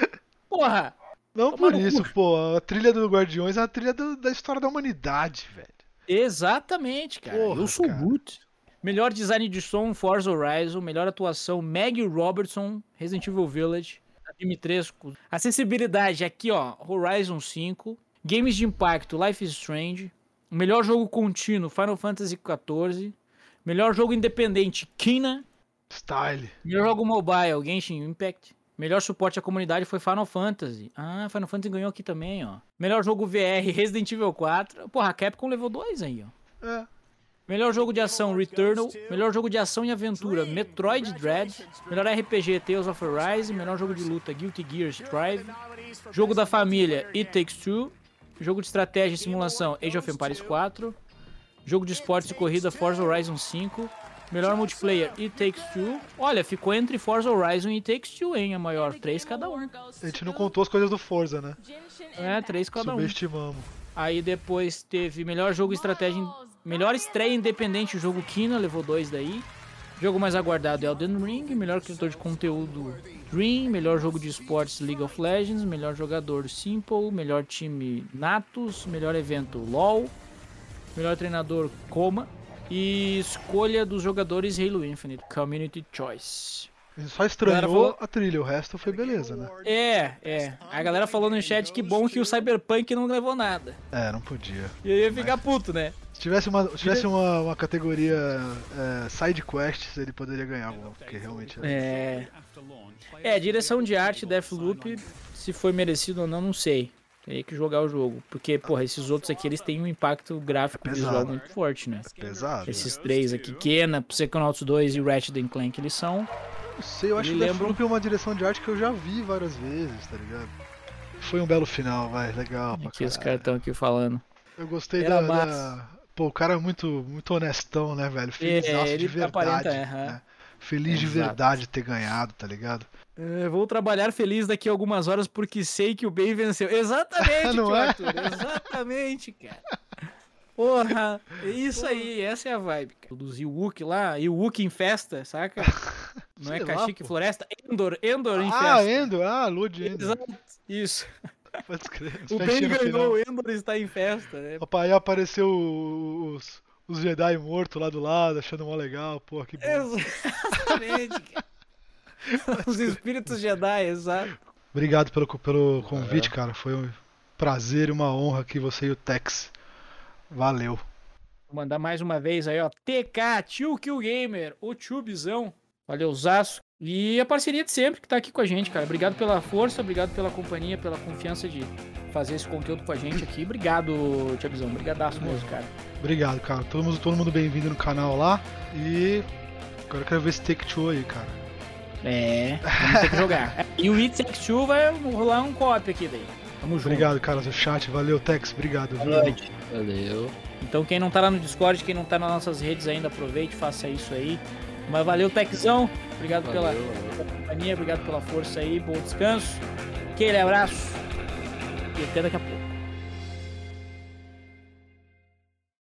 Porra. Não por isso, pô. A trilha do Guardiões é a trilha do, da história da humanidade, velho. Exatamente, cara. Porra, eu sou cara. boot. Melhor design de som, Forza Horizon. Melhor atuação, Maggie Robertson, Resident Evil Village, Dimitrescu. Acessibilidade, aqui ó, Horizon cinco. Games de impacto, Life is Strange. Melhor jogo contínuo, Final Fantasy quatorze. Melhor jogo independente, Kena. Style. Melhor jogo mobile, Genshin Impact. Melhor suporte à comunidade foi Final Fantasy. Ah, Final Fantasy ganhou aqui também, ó. Melhor jogo V R, Resident Evil quatro. Porra, a Capcom levou dois aí, ó. É. Melhor jogo de ação, Returnal. Melhor jogo de ação e aventura, Metroid Dread. Melhor R P G, Tales of Arise. Melhor jogo de luta, Guilty Gear Strive. Jogo da família, It Takes Two. Jogo de estratégia e simulação, Age of Empires quatro. Jogo de esportes e corrida, Forza Horizon cinco. Melhor multiplayer, It Takes Two. Olha, ficou entre Forza Horizon e It Takes Two, hein? A maior, três cada um. A gente não contou as coisas do Forza, né? É, três cada um. Subestimamos. Aí depois teve melhor jogo estratégia, melhor estreia independente, o jogo Kena, levou dois daí. Jogo mais aguardado, Elden Ring. Melhor criador de conteúdo, Dream. Melhor jogo de esportes, League of Legends. Melhor jogador, Simple. Melhor time, Natus. Melhor evento, LoL. Melhor treinador, Coma. E escolha dos jogadores, Halo Infinite, Community Choice. A gente só estranhou falou... a trilha, o resto foi beleza, né? É, é. A galera falou no chat que bom que o Cyberpunk não levou nada. É, não podia. E eu ia ficar Mas... puto, né? Se tivesse uma, se tivesse uma, uma categoria é, side quests, ele poderia ganhar, porque realmente... É... É, direção de arte, Deathloop, se foi merecido ou não, não sei. Teria que jogar o jogo. Porque, porra, esses outros aqui, eles têm um impacto gráfico e visual muito forte, né? É pesado. Esses três aqui, Kena, Psychonauts dois e Ratchet and Clank, eles são Não sei, eu acho Ele que lembra Deathloop é uma direção de arte que eu já vi várias vezes, tá ligado? Foi um belo final, vai, legal. Pra Aqui os caras estão aqui falando. Eu gostei Era da, massa. da... Pô, o cara é muito, muito honestão, né, velho? Feliz É, de ele verdade. aparenta, é, né? Feliz de Exato. verdade ter ganhado, tá ligado? É, vou trabalhar feliz daqui a algumas horas porque sei que o bem venceu. Exatamente, Não tio é? Arthur. Exatamente, cara. Porra, é isso aí, essa é a vibe, cara. Dos Ewok lá, Ewok em festa, saca? Não é Sei lá, Caxique pô. Floresta, Endor, Endor em Ah, festa. Endor, ah, Lua de Endor. Exato, isso. Pode escrever. O bem ganhou, o Endor está em festa, né? Opa, aí apareceu os, os Jedi mortos lá do lado, achando mó legal, pô, que bom. Exatamente, cara. Os espíritos Jedi, exato. Obrigado pelo, pelo convite, cara. Foi um prazer e uma honra aqui você e o Tex. Valeu. Vou mandar mais uma vez aí, ó. T K, Tio Kill Gamer, o Tubizão. Valeu, Zaço. E a parceria de sempre que tá aqui com a gente, cara. Obrigado pela força, obrigado pela companhia, pela confiança de fazer esse conteúdo com a gente aqui. Obrigado, Tubizão. Obrigadaço mesmo, cara. Obrigado, cara. Todo mundo, todo mundo bem-vindo no canal lá. E agora eu quero ver esse Take-Two aí, cara. É, vamos ter que jogar. E o It Takes Two vai rolar um co-op aqui daí. Tamo junto. Obrigado, cara, do chat. Valeu, Tex. Obrigado. Boa viu? noite. Valeu. Então quem não tá lá no Discord, quem não tá nas nossas redes ainda, aproveite, faça isso aí. Mas valeu, Texão. Obrigado Valeu, pela, valeu. pela companhia, obrigado pela força aí. Bom descanso. Aquele abraço. E até daqui a pouco.